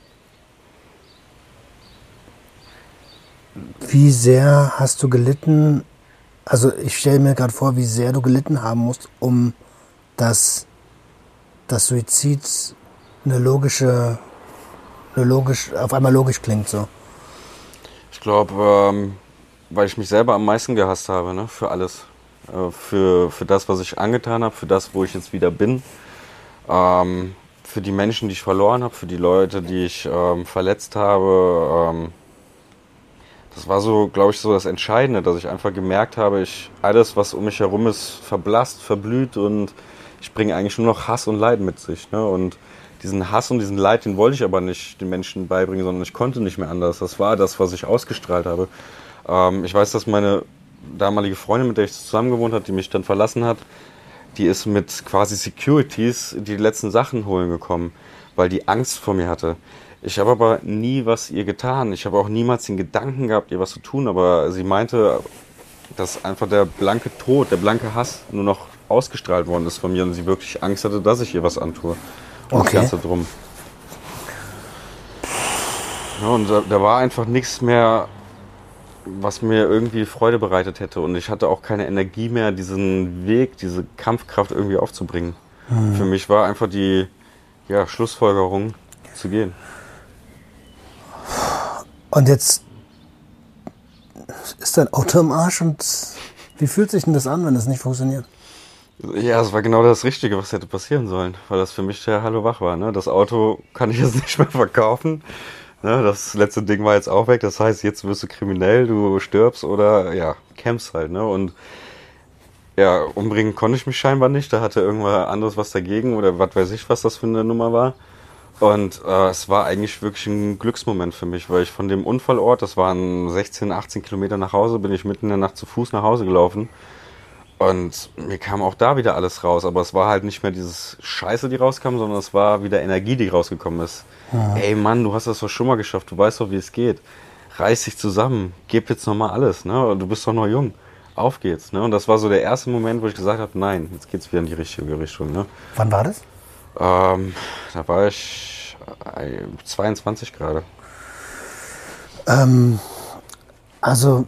Wie sehr hast du gelitten? Also ich stelle mir gerade vor, wie sehr du gelitten haben musst, um das, das Suizid eine logische, eine logisch, auf einmal logisch klingt so. Ich glaube, ähm, weil ich mich selber am meisten gehasst habe, ne, für alles. Äh, für, für das, was ich angetan habe, für das, wo ich jetzt wieder bin. Ähm, für die Menschen, die ich verloren habe, für die Leute, die ich ähm, verletzt habe. Ähm, Das war so, glaube ich, so das Entscheidende, dass ich einfach gemerkt habe, ich, alles, was um mich herum ist, verblasst, verblüht und ich bringe eigentlich nur noch Hass und Leid mit sich. Ne? Und diesen Hass und diesen Leid, den wollte ich aber nicht den Menschen beibringen, sondern ich konnte nicht mehr anders. Das war das, was ich ausgestrahlt habe. Ähm, ich weiß, dass meine damalige Freundin, mit der ich zusammen gewohnt habe, die mich dann verlassen hat, die ist mit quasi Securities die letzten Sachen holen gekommen, weil die Angst vor mir hatte. Ich habe aber nie was ihr getan. Ich habe auch niemals den Gedanken gehabt, ihr was zu tun. Aber sie meinte, dass einfach der blanke Tod, der blanke Hass nur noch ausgestrahlt worden ist von mir und sie wirklich Angst hatte, dass ich ihr was antue. Und okay. Das Ganze drum. Ja, und da, da war einfach nichts mehr, was mir irgendwie Freude bereitet hätte. Und ich hatte auch keine Energie mehr, diesen Weg, diese Kampfkraft irgendwie aufzubringen. Hm. Für mich war einfach die ja, Schlussfolgerung zu gehen. Und jetzt ist dein Auto im Arsch und Wie fühlt sich denn das an, wenn das nicht funktioniert? Ja, es war genau das Richtige, was hätte passieren sollen, weil das für mich der Hallo wach war. Ne? Das Auto kann ich jetzt nicht mehr verkaufen. Ne? Das letzte Ding war jetzt auch weg. Das heißt, jetzt wirst du kriminell, du stirbst oder ja, campst halt. Ne? Und ja, umbringen konnte ich mich scheinbar nicht. Da hatte irgendwas anderes was dagegen oder was weiß ich, was das für eine Nummer war. Und äh, es war eigentlich wirklich ein Glücksmoment für mich, weil ich von dem Unfallort, das waren sechzehn, achtzehn Kilometer nach Hause, bin ich mitten in der Nacht zu Fuß nach Hause gelaufen. Und mir kam auch da wieder alles raus, aber es war halt nicht mehr dieses Scheiße, die rauskam, sondern es war wieder Energie, die rausgekommen ist. Ja. Ey Mann, du hast das doch schon mal geschafft, du weißt doch, wie es geht. Reiß dich zusammen, gib jetzt nochmal alles, ne? Du bist doch noch jung, auf geht's. Ne? Und das war so der erste Moment, wo ich gesagt habe, nein, jetzt geht's wieder in die richtige Richtung. Ne? Wann war das? Ähm, da war ich zweiundzwanzig gerade. Ähm, also...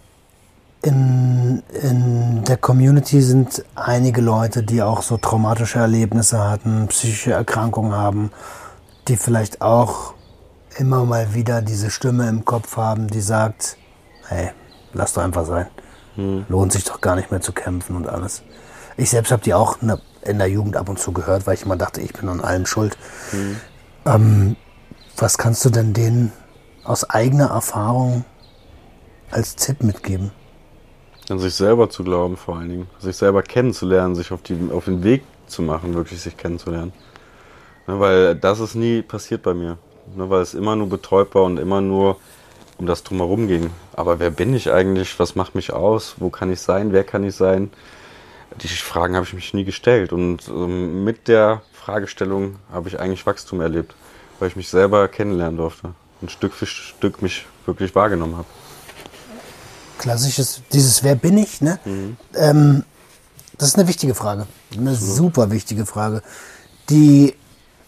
In, in der Community sind einige Leute, die auch so traumatische Erlebnisse hatten, psychische Erkrankungen haben, die vielleicht auch immer mal wieder diese Stimme im Kopf haben, die sagt, hey, lass doch einfach sein. Hm. Lohnt sich doch gar nicht mehr zu kämpfen und alles. Ich selbst habe die auch in der Jugend ab und zu gehört, weil ich immer dachte, ich bin an allem schuld. Hm. Ähm, was kannst du denn denen aus eigener Erfahrung als Tipp mitgeben? An sich selber zu glauben vor allen Dingen, sich selber kennenzulernen, sich auf, die, auf den Weg zu machen, wirklich sich kennenzulernen. Ne, weil das ist nie passiert bei mir, ne, weil es immer nur betäubt war und immer nur um das Drumherum ging. Aber wer bin ich eigentlich, was macht mich aus, wo kann ich sein, wer kann ich sein? Die Fragen habe ich mich nie gestellt und ähm, mit der Fragestellung habe ich eigentlich Wachstum erlebt, weil ich mich selber kennenlernen durfte und Stück für Stück mich wirklich wahrgenommen habe. Klassisches, dieses Wer bin ich, ne? Mhm. Ähm, das ist eine wichtige Frage. Eine mhm. super wichtige Frage, die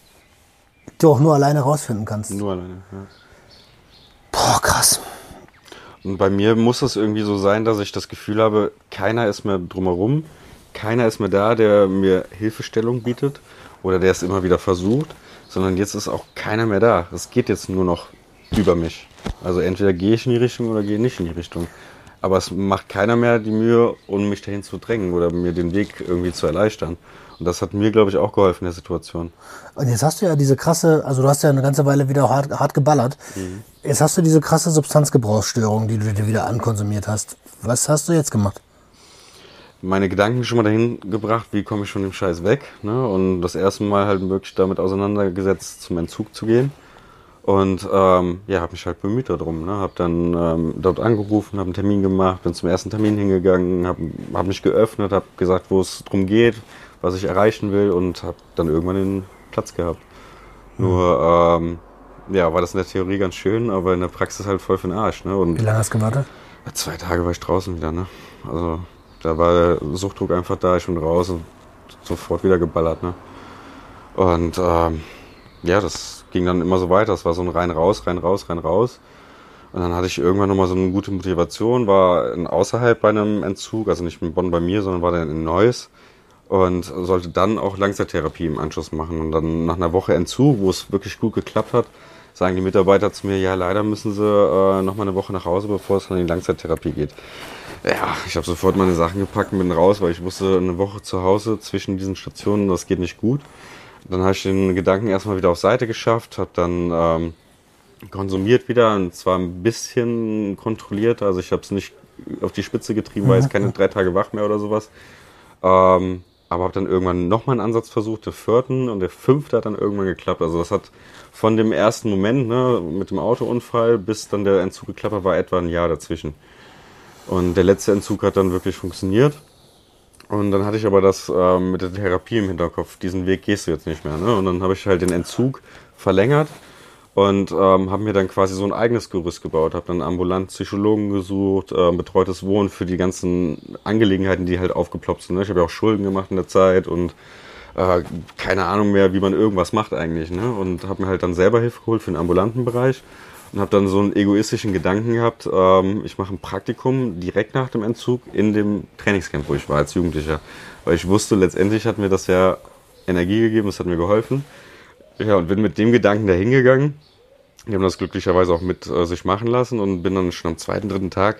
du auch nur alleine rausfinden kannst. Nur alleine, ja. Boah, krass. Und bei mir muss es irgendwie so sein, dass ich das Gefühl habe, keiner ist mehr drumherum, keiner ist mehr da, der mir Hilfestellung bietet oder der es immer wieder versucht, sondern jetzt ist auch keiner mehr da. Es geht jetzt nur noch über mich. Also entweder gehe ich in die Richtung oder gehe nicht in die Richtung. Aber es macht keiner mehr die Mühe, um mich dahin zu drängen oder mir den Weg irgendwie zu erleichtern. Und das hat mir, glaube ich, auch geholfen in der Situation. Und jetzt hast du ja diese krasse, also du hast ja eine ganze Weile wieder hart, hart geballert. Mhm. Jetzt hast du diese krasse Substanzgebrauchsstörung, die du dir wieder ankonsumiert hast. Was hast du jetzt gemacht? Meine Gedanken schon mal dahin gebracht, wie komme ich von dem Scheiß weg. Ne? Und das erste Mal halt wirklich damit auseinandergesetzt, zum Entzug zu gehen. Und ähm, ja, habe mich halt bemüht darum. Ne? Habe dann ähm, dort angerufen, habe einen Termin gemacht, bin zum ersten Termin hingegangen, habe hab mich geöffnet, habe gesagt, wo es drum geht, was ich erreichen will und habe dann irgendwann den Platz gehabt. Mhm. Nur, ähm, ja, war das in der Theorie ganz schön, aber in der Praxis halt voll für den Arsch. Ne? Und wie lange hast du gewartet? Zwei Tage war ich draußen wieder. Ne? Also da war der Suchtdruck einfach da, ich bin raus und sofort wieder geballert. Ne? Und ähm, ja, das ging dann immer so weiter. Es war so ein rein raus, rein raus, rein raus. Und dann hatte ich irgendwann nochmal so eine gute Motivation, war in, außerhalb bei einem Entzug, also nicht in Bonn bei mir, sondern war dann in Neuss und sollte dann auch Langzeittherapie im Anschluss machen. Und dann nach einer Woche Entzug, wo es wirklich gut geklappt hat, sagen die Mitarbeiter zu mir, ja, leider müssen sie äh, nochmal eine Woche nach Hause, bevor es dann in die Langzeittherapie geht. Ja, ich habe sofort meine Sachen gepackt und bin raus, weil ich wusste, eine Woche zu Hause zwischen diesen Stationen, das geht nicht gut. Dann habe ich den Gedanken erstmal wieder auf Seite geschafft, habe dann ähm, konsumiert wieder und zwar ein bisschen kontrolliert, also ich habe es nicht auf die Spitze getrieben, war jetzt keine drei Tage wach mehr oder sowas. Ähm, aber habe dann irgendwann nochmal einen Ansatz versucht, der vierten und der fünfte hat dann irgendwann geklappt. Also das hat von dem ersten Moment, ne, mit dem Autounfall bis dann der Entzug geklappt hat, war etwa ein Jahr dazwischen. Und der letzte Entzug hat dann wirklich funktioniert. Und dann hatte ich aber das äh, mit der Therapie im Hinterkopf, diesen Weg gehst du jetzt nicht mehr. Ne? Und dann habe ich halt den Entzug verlängert und ähm, habe mir dann quasi so ein eigenes Gerüst gebaut. Habe dann ambulant Psychologen gesucht, äh, betreutes Wohnen für die ganzen Angelegenheiten, die halt aufgeploppt sind. Ne? Ich habe ja auch Schulden gemacht in der Zeit und äh, keine Ahnung mehr, wie man irgendwas macht eigentlich. Ne? Und habe mir halt dann selber Hilfe geholt für den ambulanten Bereich. Und habe dann so einen egoistischen Gedanken gehabt, ähm, ich mache ein Praktikum direkt nach dem Entzug in dem Trainingscamp, wo ich war als Jugendlicher. Weil ich wusste, letztendlich hat mir das ja Energie gegeben, das hat mir geholfen. Ja, und bin mit dem Gedanken da hingegangen. Die haben das glücklicherweise auch mit äh, sich machen lassen und bin dann schon am zweiten, dritten Tag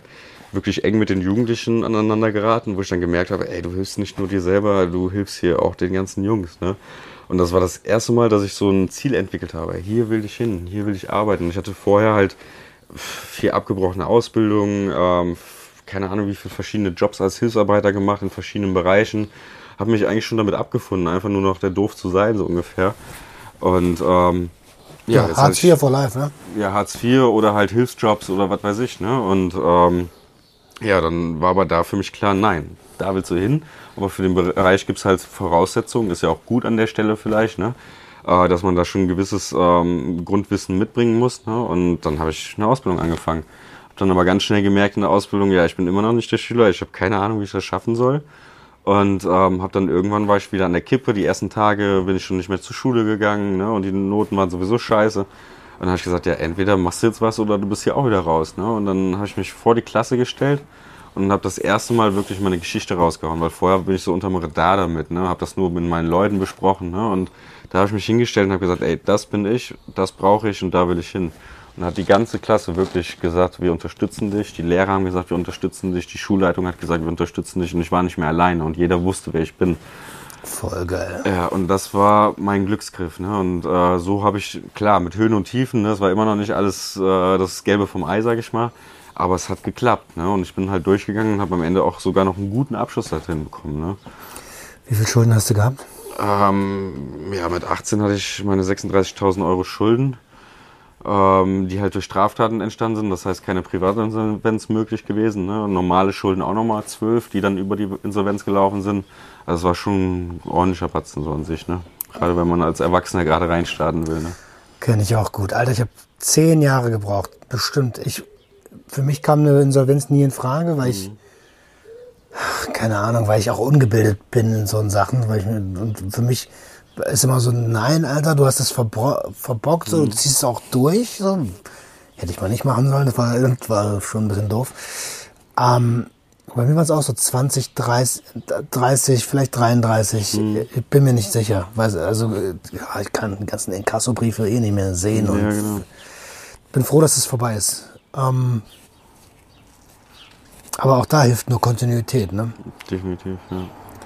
wirklich eng mit den Jugendlichen aneinander geraten, wo ich dann gemerkt habe, ey, du hilfst nicht nur dir selber, du hilfst hier auch den ganzen Jungs, ne? Und das war das erste Mal, dass ich so ein Ziel entwickelt habe. Hier will ich hin, hier will ich arbeiten. Ich hatte vorher halt vier abgebrochene Ausbildungen, ähm, keine Ahnung, wie viele verschiedene Jobs als Hilfsarbeiter gemacht in verschiedenen Bereichen. Habe mich eigentlich schon damit abgefunden, einfach nur noch der Doof zu sein, so ungefähr. Und ähm, ja, ja Hartz vier for life, ne? Ja, Hartz vier oder halt Hilfsjobs oder was weiß ich, ne? Und ähm, ja, dann war aber da für mich klar, nein, da willst du hin. Aber für den Bereich gibt es halt Voraussetzungen, ist ja auch gut an der Stelle vielleicht, ne? Äh, dass man da schon ein gewisses ähm, Grundwissen mitbringen muss. Ne? Und dann habe ich eine Ausbildung angefangen. Habe dann aber ganz schnell gemerkt in der Ausbildung, ja, ich bin immer noch nicht der Schüler, ich habe keine Ahnung, wie ich das schaffen soll. Und ähm, habe dann irgendwann war ich wieder an der Kippe. Die ersten Tage bin ich schon nicht mehr zur Schule gegangen, ne? Und die Noten waren sowieso scheiße. Und dann habe ich gesagt, ja, entweder machst du jetzt was oder du bist hier auch wieder raus. Ne? Und dann habe ich mich vor die Klasse gestellt und habe das erste Mal wirklich meine Geschichte rausgehauen, weil vorher bin ich so unterm Radar damit, ne, habe das nur mit meinen Leuten besprochen, ne, und da habe ich mich hingestellt und habe gesagt, ey, das bin ich, das brauche ich und da will ich hin. Und hat die ganze Klasse wirklich gesagt, wir unterstützen dich, die Lehrer haben gesagt, wir unterstützen dich, die Schulleitung hat gesagt, wir unterstützen dich und ich war nicht mehr alleine und jeder wusste, wer ich bin. Voll geil. Ja, und das war mein Glücksgriff, ne, und äh, so habe ich, klar, mit Höhen und Tiefen, ne, das war immer noch nicht alles äh, das Gelbe vom Ei, sag ich mal. Aber es hat geklappt, ne? Und ich bin halt durchgegangen und habe am Ende auch sogar noch einen guten Abschluss da drin bekommen, ne? Wie viel Schulden hast du gehabt? Ähm, ja, mit achtzehn hatte ich meine sechsunddreißigtausend Euro Schulden, ähm, die halt durch Straftaten entstanden sind. Das heißt, keine Privatinsolvenz möglich gewesen, ne? Und normale Schulden auch nochmal zwölf, die dann über die Insolvenz gelaufen sind. Also es war schon ein ordentlicher Batzen so an sich, ne? Gerade wenn man als Erwachsener gerade reinstarten will, ne? Kenn ich auch gut. Alter, ich habe zehn Jahre gebraucht, bestimmt. Ich... Für mich kam eine Insolvenz nie in Frage, weil ich, ach, keine Ahnung, weil ich auch ungebildet bin in so Sachen. Weil ich, und für mich ist immer so, nein, Alter, du hast das verbro- verbockt, so, du ziehst es auch durch. So. Hätte ich mal nicht machen sollen, das war, das war schon ein bisschen doof. Ähm, bei mir war es auch so zwanzig, dreißig, dreißig vielleicht dreiunddreißig. Mhm. Ich bin mir nicht sicher. Also, ja, ich kann die ganzen Inkassobriefe eh nicht mehr sehen. Ja, und genau. Bin froh, dass es vorbei ist. Ähm, aber auch da hilft nur Kontinuität, ne? Definitiv, ja.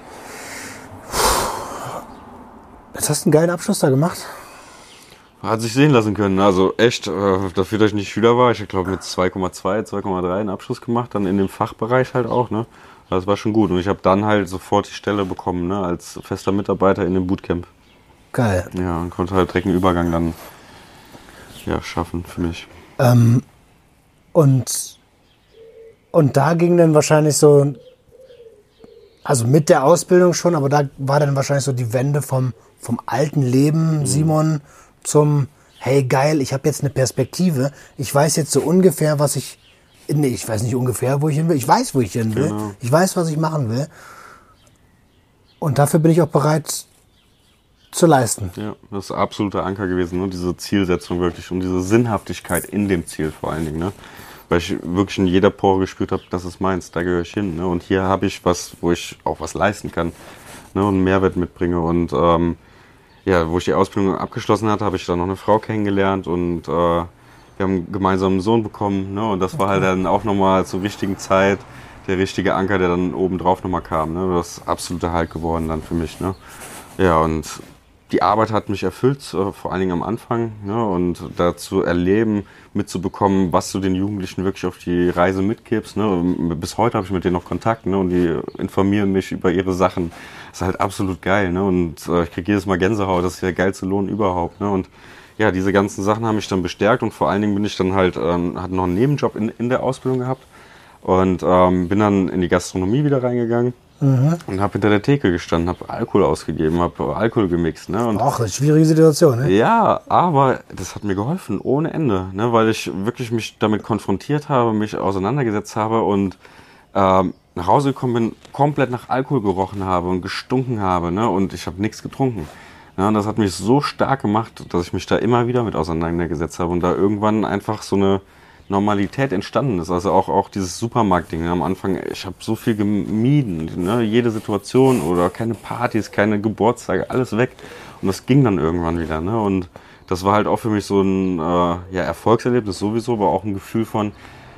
Jetzt hast du einen geilen Abschluss da gemacht. Hat sich sehen lassen können. Also echt, äh, dafür, dass ich nicht Schüler war, ich glaube mit zwei Komma zwei, zwei Komma drei einen Abschluss gemacht, dann in dem Fachbereich halt auch, ne? Das war schon gut. Und ich habe dann halt sofort die Stelle bekommen, ne? Als fester Mitarbeiter in dem Bootcamp. Geil. Ja, und konnte halt direkt einen Übergang dann ja, schaffen für mich. Ähm, und, und da ging dann wahrscheinlich so, also mit der Ausbildung schon, aber da war dann wahrscheinlich so die Wende vom, vom alten Leben, mhm. Simon, zum, hey geil, ich habe jetzt eine Perspektive, ich weiß jetzt so ungefähr, was ich, nee, ich weiß nicht ungefähr, wo ich hin will, ich weiß, wo ich hin will, genau. Ich weiß, was ich machen will und dafür bin ich auch bereit zu leisten. Ja, das ist ein absoluter Anker gewesen, ne? Diese Zielsetzung wirklich und diese Sinnhaftigkeit in dem Ziel vor allen Dingen, ne? Weil ich wirklich in jeder Pore gespürt habe, das ist meins, da gehöre ich hin, ne? Und hier habe ich was, wo ich auch was leisten kann, ne? Und einen Mehrwert mitbringe und ähm, ja, wo ich die Ausbildung abgeschlossen hatte, habe ich dann noch eine Frau kennengelernt und äh, wir haben gemeinsam einen Sohn bekommen, ne? Und das war halt dann auch nochmal zur richtigen Zeit der richtige Anker, der dann oben drauf nochmal kam, ne? Das ist absoluter Halt geworden dann für mich, ne? Ja, und die Arbeit hat mich erfüllt, vor allen Dingen am Anfang, ne, und dazu erleben, mitzubekommen, was du den Jugendlichen wirklich auf die Reise mitgibst. Ne. Bis heute habe ich mit denen noch Kontakt, ne, und die informieren mich über ihre Sachen. Das ist halt absolut geil, ne, und äh, ich kriege jedes Mal Gänsehaut, das ist der geilste Lohn überhaupt. Ne, und ja, diese ganzen Sachen haben mich dann bestärkt und vor allen Dingen bin ich dann halt, ähm, hatte noch einen Nebenjob in, in der Ausbildung gehabt und ähm, bin dann in die Gastronomie wieder reingegangen. Mhm. Und habe hinter der Theke gestanden, habe Alkohol ausgegeben, habe Alkohol gemixt. Ne? Und Ach, eine schwierige Situation, ne? Ja, aber das hat mir geholfen, ohne Ende. Ne? Weil ich wirklich mich damit konfrontiert habe, mich auseinandergesetzt habe und ähm, nach Hause gekommen bin, komplett nach Alkohol gerochen habe und gestunken habe. Ne? Und ich habe nichts getrunken. Ne? Und das hat mich so stark gemacht, dass ich mich da immer wieder mit auseinandergesetzt habe und da irgendwann einfach so eine Normalität entstanden ist. Also auch, auch dieses Supermarktding. Ne? Am Anfang, ich habe so viel gemieden. Ne? Jede Situation oder keine Partys, keine Geburtstage, alles weg. Und das ging dann irgendwann wieder. Ne? Und das war halt auch für mich so ein äh, ja, Erfolgserlebnis sowieso, aber auch ein Gefühl von,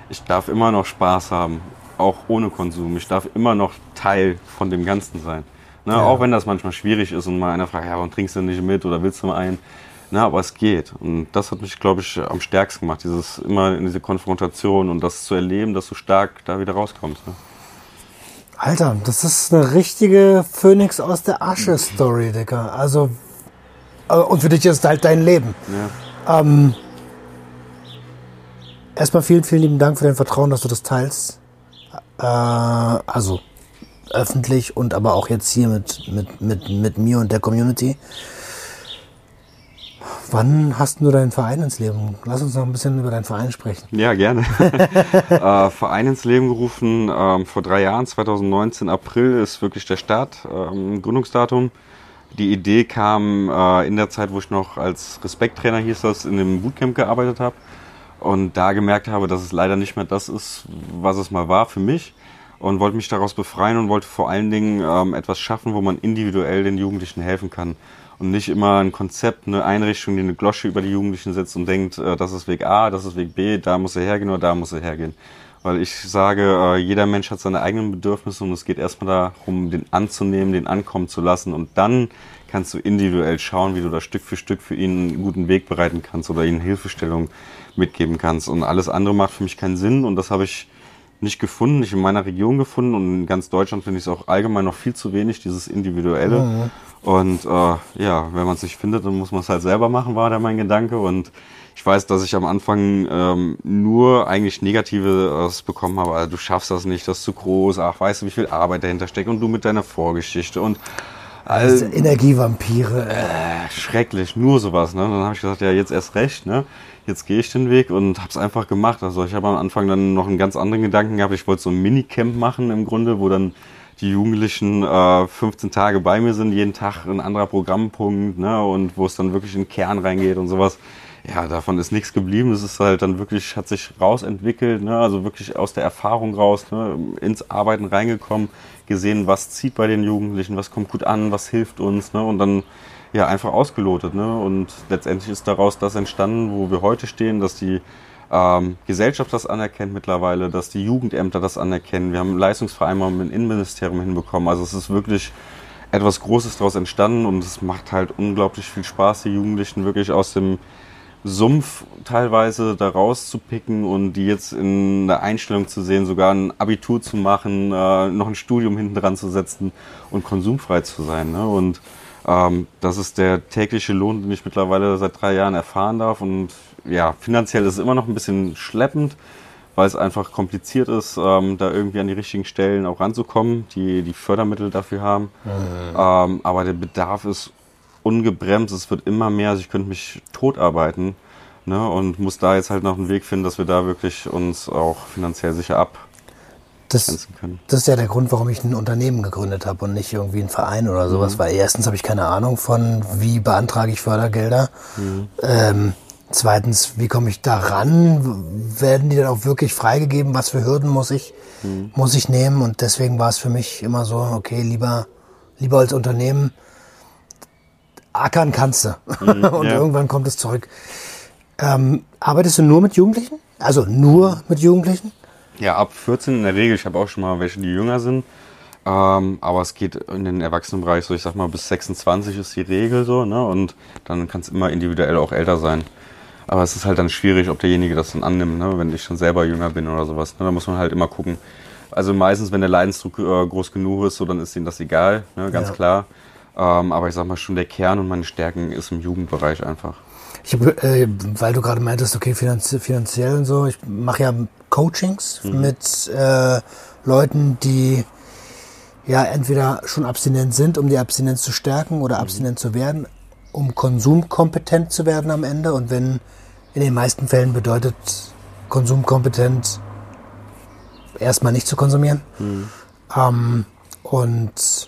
ich darf immer noch Spaß haben, auch ohne Konsum. Ich darf immer noch Teil von dem Ganzen sein. Ne? Ja. Auch wenn das manchmal schwierig ist und mal einer fragt, ja, warum trinkst du nicht mit oder willst du mal einen? Na, aber es geht. Und das hat mich, glaube ich, am stärksten gemacht, dieses immer in diese Konfrontation und das zu erleben, dass du stark da wieder rauskommst. Ne? Alter, das ist eine richtige Phönix aus der Asche-Story, Digga. Also, und für dich ist es halt dein Leben. Ja. Ähm, erstmal vielen, vielen lieben Dank für dein Vertrauen, dass du das teilst. Äh, also öffentlich und aber auch jetzt hier mit, mit, mit, mit mir und der Community. Wann hast du deinen Verein ins Leben? Lass uns noch ein bisschen über deinen Verein sprechen. Ja, gerne. äh, Verein ins Leben gerufen ähm, vor drei Jahren, zwanzig neunzehn, April ist wirklich der Start, ähm, Gründungsdatum. Die Idee kam äh, in der Zeit, wo ich noch als Respekttrainer, hieß das, in einem Bootcamp gearbeitet habe und da gemerkt habe, dass es leider nicht mehr das ist, was es mal war für mich und wollte mich daraus befreien und wollte vor allen Dingen ähm, etwas schaffen, wo man individuell den Jugendlichen helfen kann. Und nicht immer ein Konzept, eine Einrichtung, die eine Glocke über die Jugendlichen setzt und denkt, äh, das ist Weg A, das ist Weg B, da muss er hergehen oder da muss er hergehen. Weil ich sage, äh, jeder Mensch hat seine eigenen Bedürfnisse und es geht erstmal darum, den anzunehmen, den ankommen zu lassen und dann kannst du individuell schauen, wie du da Stück für Stück für ihn einen guten Weg bereiten kannst oder ihnen Hilfestellung mitgeben kannst. Und alles andere macht für mich keinen Sinn und das habe ich nicht gefunden, nicht in meiner Region gefunden und in ganz Deutschland finde ich es auch allgemein noch viel zu wenig, dieses Individuelle. Mhm. Und äh, ja, wenn man es nicht findet, dann muss man es halt selber machen, war da mein Gedanke. Und ich weiß, dass ich am Anfang ähm, nur eigentlich Negatives bekommen habe. Also, du schaffst das nicht, das ist zu groß. Ach, weißt du, wie viel Arbeit dahinter steckt und du mit deiner Vorgeschichte. Und also, Energievampire. Äh, schrecklich, nur sowas. Ne? Dann habe ich gesagt, ja, jetzt erst recht. Ne? Jetzt gehe ich den Weg und habe es einfach gemacht. Also ich habe am Anfang dann noch einen ganz anderen Gedanken gehabt. Ich wollte so ein Minicamp machen im Grunde, wo dann die Jugendlichen äh, fünfzehn Tage bei mir sind, jeden Tag ein anderer Programmpunkt, ne, und wo es dann wirklich in den Kern reingeht und sowas. Ja, davon ist nichts geblieben. Es ist halt dann wirklich, hat sich rausentwickelt, ne, also wirklich aus der Erfahrung raus, ne, ins Arbeiten reingekommen, gesehen, was zieht bei den Jugendlichen, was kommt gut an, was hilft uns, ne, und dann ja einfach ausgelotet, ne, und letztendlich ist daraus das entstanden, wo wir heute stehen, dass die Ähm, Gesellschaft das anerkennt mittlerweile, dass die Jugendämter das anerkennen. Wir haben eine Leistungsvereinbarung mit dem Innenministerium hinbekommen. Also es ist wirklich etwas Großes daraus entstanden und es macht halt unglaublich viel Spaß, die Jugendlichen wirklich aus dem Sumpf teilweise da rauszupicken und die jetzt in der Einstellung zu sehen, sogar ein Abitur zu machen, äh, noch ein Studium hinten dran zu setzen und konsumfrei zu sein. Ne? Und ähm, das ist der tägliche Lohn, den ich mittlerweile seit drei Jahren erfahren darf und ja, finanziell ist es immer noch ein bisschen schleppend, weil es einfach kompliziert ist, ähm, da irgendwie an die richtigen Stellen auch ranzukommen, die die Fördermittel dafür haben. Mhm. Ähm, aber der Bedarf ist ungebremst, es wird immer mehr, also ich könnte mich totarbeiten, ne, und muss da jetzt halt noch einen Weg finden, dass wir da wirklich uns auch finanziell sicher abgrenzen können. Das ist ja der Grund, warum ich ein Unternehmen gegründet habe und nicht irgendwie einen Verein oder sowas, mhm. weil erstens habe ich keine Ahnung von, wie beantrage ich Fördergelder. Mhm. Ähm, Zweitens, wie komme ich da ran? Werden die dann auch wirklich freigegeben? Was für Hürden muss ich, mhm. muss ich nehmen? Und deswegen war es für mich immer so, okay, lieber, lieber als Unternehmen ackern kannst du. Mhm, und ja. irgendwann kommt es zurück. Ähm, arbeitest du nur mit Jugendlichen? Also nur mit Jugendlichen? Ja, ab vierzehn in der Regel. Ich habe auch schon mal welche, die jünger sind. Ähm, aber es geht in den Erwachsenenbereich so, ich sag mal, bis sechsundzwanzig ist die Regel so, ne? Und dann kann es immer individuell auch älter sein. Aber es ist halt dann schwierig, ob derjenige das dann annimmt, ne? Wenn ich schon selber jünger bin oder sowas. Ne? Da muss man halt immer gucken. Also meistens, wenn der Leidensdruck äh, groß genug ist, so, dann ist ihnen das egal, ne? Ganz ja. klar. Ähm, aber ich sag mal schon, der Kern und meine Stärken ist im Jugendbereich einfach. Ich hab, äh, weil du gerade meintest, okay, finanzie- finanziell und so, ich mache ja Coachings mhm. mit äh, Leuten, die ja entweder schon abstinent sind, um die Abstinenz zu stärken oder mhm. abstinent zu werden, um konsumkompetent zu werden am Ende. Und wenn in den meisten Fällen bedeutet konsumkompetent erstmal nicht zu konsumieren. Mhm. Ähm, und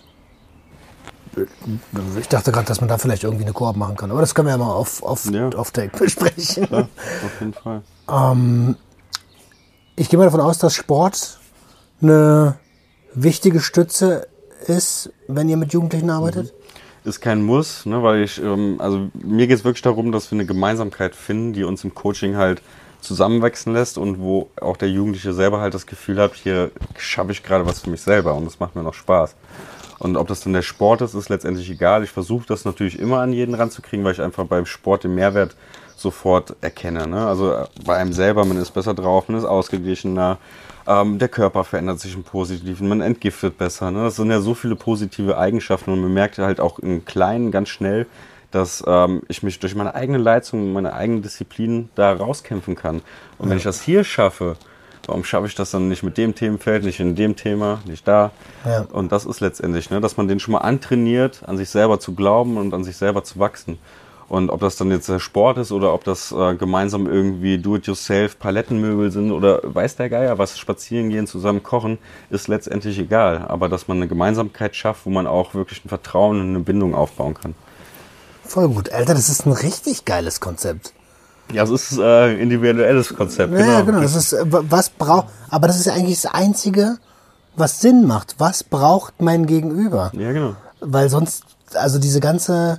ich dachte gerade, dass man da vielleicht irgendwie eine Koop machen kann. Aber das können wir ja mal auf, auf, ja. auf Take besprechen. Ja, auf jeden Fall. Ähm, ich gehe mal davon aus, dass Sport eine wichtige Stütze ist, wenn ihr mit Jugendlichen arbeitet. Mhm. Ist kein Muss, ne, weil ich, ähm, also mir geht es wirklich darum, dass wir eine Gemeinsamkeit finden, die uns im Coaching halt zusammenwachsen lässt und wo auch der Jugendliche selber halt das Gefühl hat, hier schaffe ich gerade was für mich selber und das macht mir noch Spaß. Und ob das dann der Sport ist, ist letztendlich egal. Ich versuche das natürlich immer an jeden ranzukriegen, weil ich einfach beim Sport den Mehrwert sofort erkenne. Ne? Also bei einem selber, man ist besser drauf, man ist ausgeglichener, ähm, der Körper verändert sich im Positiven, man entgiftet besser. Ne? Das sind ja so viele positive Eigenschaften und man merkt halt auch im Kleinen ganz schnell, dass ähm, ich mich durch meine eigene Leistung, meine eigene Disziplin da rauskämpfen kann. Und ja. wenn ich das hier schaffe, warum schaffe ich das dann nicht mit dem Themenfeld, nicht in dem Thema, nicht da? Ja. Und das ist letztendlich, ne, dass man den schon mal antrainiert, an sich selber zu glauben und an sich selber zu wachsen. Und ob das dann jetzt der Sport ist oder ob das äh, gemeinsam irgendwie Do-it-yourself Palettenmöbel sind oder weiß der Geier was, spazieren gehen, zusammen kochen, ist letztendlich egal. Aber dass man eine Gemeinsamkeit schafft, wo man auch wirklich ein Vertrauen und eine Bindung aufbauen kann. Voll gut. Alter, das ist ein richtig geiles Konzept. Ja, es ist ein äh, individuelles Konzept. Ja, genau. genau. Das ist, was braucht, aber das ist ja eigentlich das Einzige, was Sinn macht. Was braucht mein Gegenüber? Ja, genau. Weil sonst, also diese ganze,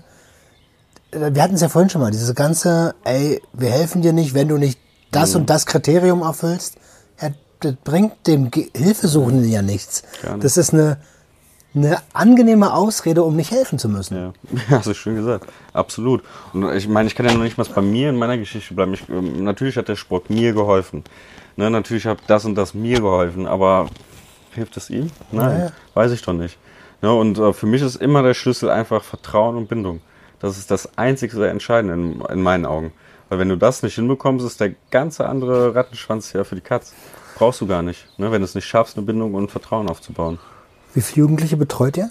wir hatten es ja vorhin schon mal, diese ganze, ey, wir helfen dir nicht, wenn du nicht das mhm. und das Kriterium erfüllst, ja, das bringt dem Hilfesuchenden ja nichts. Gar nicht. Das ist eine Eine angenehme Ausrede, um nicht helfen zu müssen. Ja, hast du schön gesagt. Absolut. Und ich meine, ich kann ja noch nicht mal bei mir in meiner Geschichte bleiben. Ich, natürlich hat der Sport mir geholfen. Ne, natürlich hat das und das mir geholfen. Aber hilft es ihm? Nein, ja. weiß ich doch nicht. Ne, und äh, für mich ist immer der Schlüssel einfach Vertrauen und Bindung. Das ist das einzige Entscheidende in, in meinen Augen. Weil wenn du das nicht hinbekommst, ist der ganze andere Rattenschwanz ja für die Katz. Brauchst du gar nicht. Ne, wenn du es nicht schaffst, eine Bindung und Vertrauen aufzubauen. Wie viele Jugendliche betreut ihr?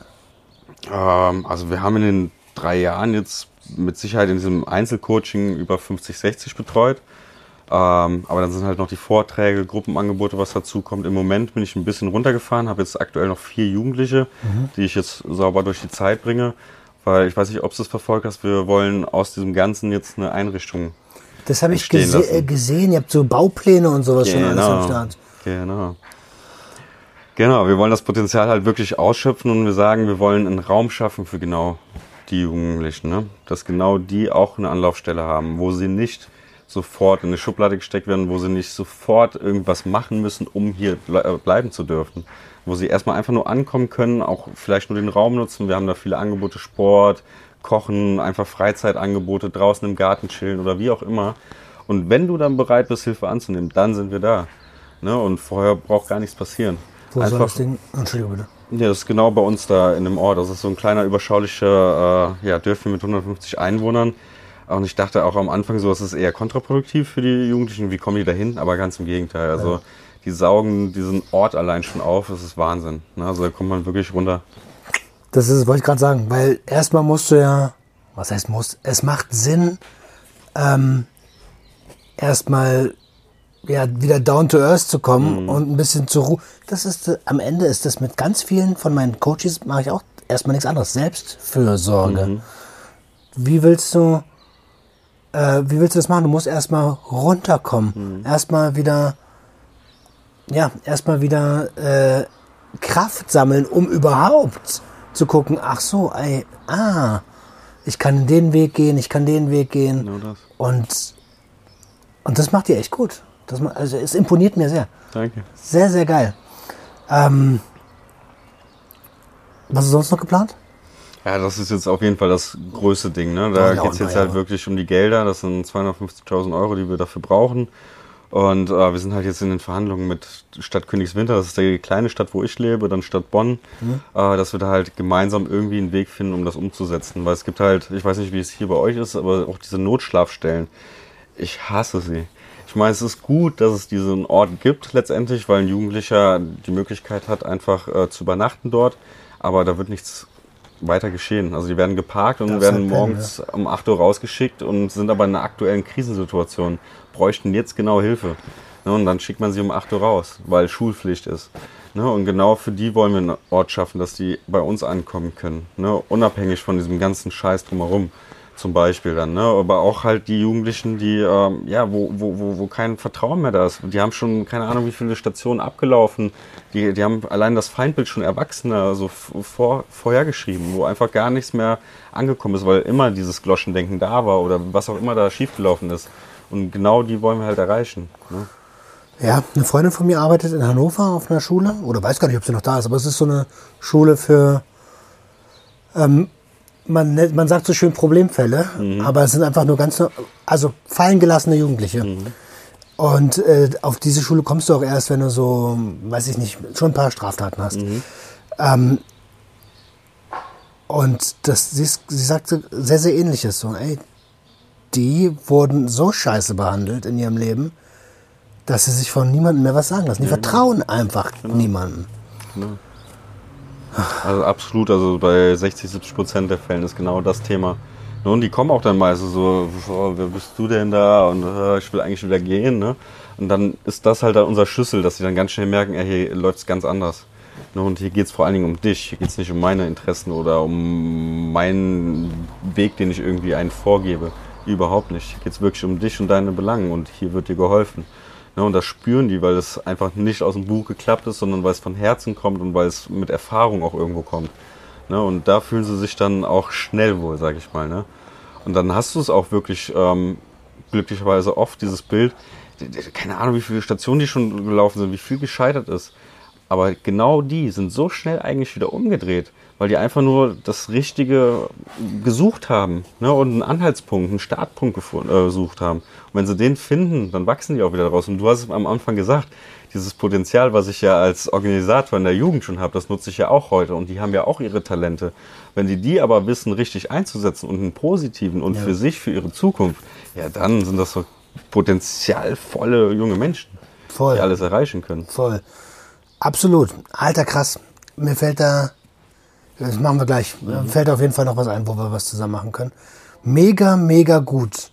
Ähm, also wir haben in den drei Jahren jetzt mit Sicherheit in diesem Einzelcoaching über fünfzig, sechzig betreut. Ähm, aber dann sind halt noch die Vorträge, Gruppenangebote, was dazu kommt. Im Moment bin ich ein bisschen runtergefahren, habe jetzt aktuell noch vier Jugendliche, mhm. die ich jetzt sauber durch die Zeit bringe. Weil ich weiß nicht, ob du es verfolgt hast, wir wollen aus diesem Ganzen jetzt eine Einrichtung Das habe ich gese lassen. gesehen, ihr habt so Baupläne und sowas genau. schon alles am Start. Genau. Genau, wir wollen das Potenzial halt wirklich ausschöpfen und wir sagen, wir wollen einen Raum schaffen für genau die Jugendlichen, ne? Dass genau die auch eine Anlaufstelle haben, wo sie nicht sofort in eine Schublade gesteckt werden, wo sie nicht sofort irgendwas machen müssen, um hier ble bleiben zu dürfen. Wo sie erstmal einfach nur ankommen können, auch vielleicht nur den Raum nutzen. Wir haben da viele Angebote, Sport, Kochen, einfach Freizeitangebote, draußen im Garten chillen oder wie auch immer. Und wenn du dann bereit bist, Hilfe anzunehmen, dann sind wir da. Ne? Und vorher braucht gar nichts passieren. Wo soll das Ding? Entschuldigung, bitte. Ja, das ist genau bei uns da in dem Ort. Das ist so ein kleiner, überschaulicher äh, ja, Dörfchen mit hundertfünfzig Einwohnern. Und ich dachte auch am Anfang so, es ist eher kontraproduktiv für die Jugendlichen. Wie kommen die da hin? Aber ganz im Gegenteil. Also ja. die saugen diesen Ort allein schon auf. Das ist Wahnsinn. Also da kommt man wirklich runter. Das ist, wollte ich gerade sagen. Weil erstmal musst du ja, was heißt muss, es macht Sinn, ähm, erstmal ja, wieder down to earth zu kommen mhm. und ein bisschen zur Ruhe. Das ist, am Ende ist das mit ganz vielen von meinen Coaches, mache ich auch erstmal nichts anderes. Selbstfürsorge. Mhm. Wie willst du, äh, wie willst du das machen? Du musst erstmal runterkommen. Mhm. Erstmal wieder, ja, erstmal wieder äh, Kraft sammeln, um überhaupt zu gucken, ach so, ey, ah, ich kann den Weg gehen, ich kann den Weg gehen. Genau das. Und, und das macht ihr echt gut. Das, also es imponiert mir sehr. Danke. Sehr, sehr geil. Ähm, was ist sonst noch geplant? Ja, das ist jetzt auf jeden Fall das größte Ding. Ne? Da ja, geht es jetzt halt wirklich um die Gelder. Das sind zweihundertfünfzigtausend Euro, die wir dafür brauchen. Und äh, wir sind halt jetzt in den Verhandlungen mit Stadt Königswinter. Das ist die kleine Stadt, wo ich lebe, dann Stadt Bonn. Mhm. Äh, dass wir da halt gemeinsam irgendwie einen Weg finden, um das umzusetzen. Weil es gibt halt, ich weiß nicht, wie es hier bei euch ist, aber auch diese Notschlafstellen. Ich hasse sie. Ich meine, es ist gut, dass es diesen Ort gibt letztendlich, weil ein Jugendlicher die Möglichkeit hat, einfach äh, zu übernachten dort. Aber da wird nichts weiter geschehen. Also die werden geparkt und das werden halt morgens pennen, ja. um acht Uhr rausgeschickt und sind aber in einer aktuellen Krisensituation. Bräuchten jetzt genau Hilfe. Ne, und dann schickt man sie um acht Uhr raus, weil Schulpflicht ist. Ne, und genau für die wollen wir einen Ort schaffen, dass die bei uns ankommen können. Ne, unabhängig von diesem ganzen Scheiß drumherum. Zum Beispiel dann, ne? Aber auch halt die Jugendlichen, die, ähm, ja, wo, wo, wo, wo kein Vertrauen mehr da ist. Die haben schon, keine Ahnung, wie viele Stationen abgelaufen. Die, die haben allein das Feindbild schon Erwachsene so vor, vorhergeschrieben, wo einfach gar nichts mehr angekommen ist, weil immer dieses Gloschendenken da war oder was auch immer da schiefgelaufen ist. Und genau die wollen wir halt erreichen. Ne? Ja, eine Freundin von mir arbeitet in Hannover auf einer Schule, oder weiß gar nicht, ob sie noch da ist, aber es ist so eine Schule für, ähm, man, nennt- man sagt so schön Problemfälle, aber es sind einfach nur ganz, no- also fallen gelassene Jugendliche. Und äh, auf diese Schule kommst du auch erst, wenn du so, weiß ich nicht, schon ein paar Straftaten hast. Ähm, und das, sie, ist- sie sagte sehr, sehr Ähnliches. So, ey, die wurden so scheiße behandelt in ihrem Leben, dass sie sich von niemandem mehr was sagen lassen. Die vertrauen einfach niemandem. Also absolut, also bei sechzig, siebzig Prozent der Fällen ist genau das Thema. Ne, und die kommen auch dann meistens so, oh, wer bist du denn da? Und äh, ich will eigentlich wieder gehen. Ne? Und dann ist das halt dann unser Schlüssel, dass sie dann ganz schnell merken, ey, hier läuft es ganz anders. Ne? Und hier geht es vor allen Dingen um dich. Hier geht es nicht um meine Interessen oder um meinen Weg, den ich irgendwie einen vorgebe. Überhaupt nicht. Hier geht es wirklich um dich und deine Belangen und hier wird dir geholfen. Ne, und das spüren die, weil es einfach nicht aus dem Buch geklappt ist, sondern weil es von Herzen kommt und weil es mit Erfahrung auch irgendwo kommt. Ne, und da fühlen sie sich dann auch schnell wohl, sag ich mal. Ne? Und dann hast du es auch wirklich ähm, glücklicherweise oft, dieses Bild, keine Ahnung, wie viele Stationen die schon gelaufen sind, wie viel gescheitert ist. Aber genau die sind so schnell eigentlich wieder umgedreht, weil die einfach nur das Richtige gesucht haben, ne, und einen Anhaltspunkt, einen Startpunkt gefunden, äh, gesucht haben. Und wenn sie den finden, dann wachsen die auch wieder raus. Und du hast es am Anfang gesagt, dieses Potenzial, was ich ja als Organisator in der Jugend schon habe, das nutze ich ja auch heute. Und die haben ja auch ihre Talente. Wenn die die aber wissen, richtig einzusetzen und einen positiven und Ja. für sich, für ihre Zukunft, ja, dann sind das so potenzialvolle junge Menschen, Voll. die alles erreichen können. Voll. Absolut. Alter, krass. Mir fällt da, das machen wir gleich, mir fällt auf jeden Fall noch was ein, wo wir was zusammen machen können. Mega, mega gut.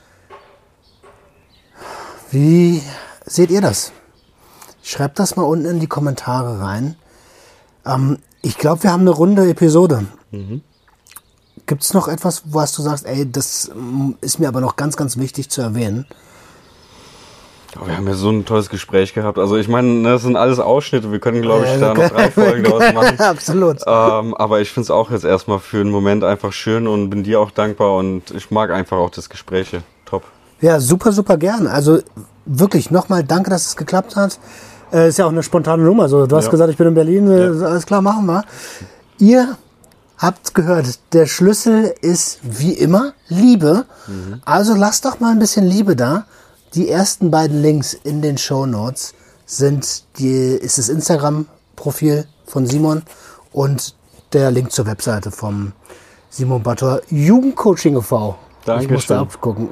Wie seht ihr das? Schreibt das mal unten in die Kommentare rein. Ähm, ich glaube, wir haben eine runde Episode. Gibt es noch etwas, was du sagst, ey, das mm, ist mir aber noch ganz, ganz wichtig zu erwähnen? Oh, wir haben ja so ein tolles Gespräch gehabt. Also ich meine, das sind alles Ausschnitte. Wir können, glaube ich, Ja, da wir noch drei Folgen draus machen. Absolut. Ähm, aber ich finde es auch jetzt erstmal für einen Moment einfach schön und bin dir auch dankbar. Und ich mag einfach auch das Gespräch hier. Top. Ja, super, super gern. Also wirklich nochmal danke, dass es geklappt hat. Äh, ist ja auch eine spontane Nummer. So, du hast Ja. gesagt, ich bin in Berlin. Äh, Ja. Alles klar, machen wir. Ihr habt gehört, der Schlüssel ist wie immer Liebe. Also lasst doch mal ein bisschen Liebe da. Die ersten beiden Links in den Shownotes sind die, ist das Instagram-Profil von Simon und der Link zur Webseite vom Simon Battor Jugendcoaching e V Ich musste Dankeschön. abgucken.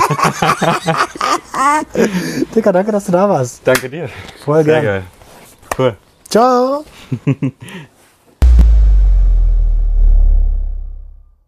Dicker, danke, dass du da warst. Danke dir. Voll Sehr gern. geil. Cool. Ciao.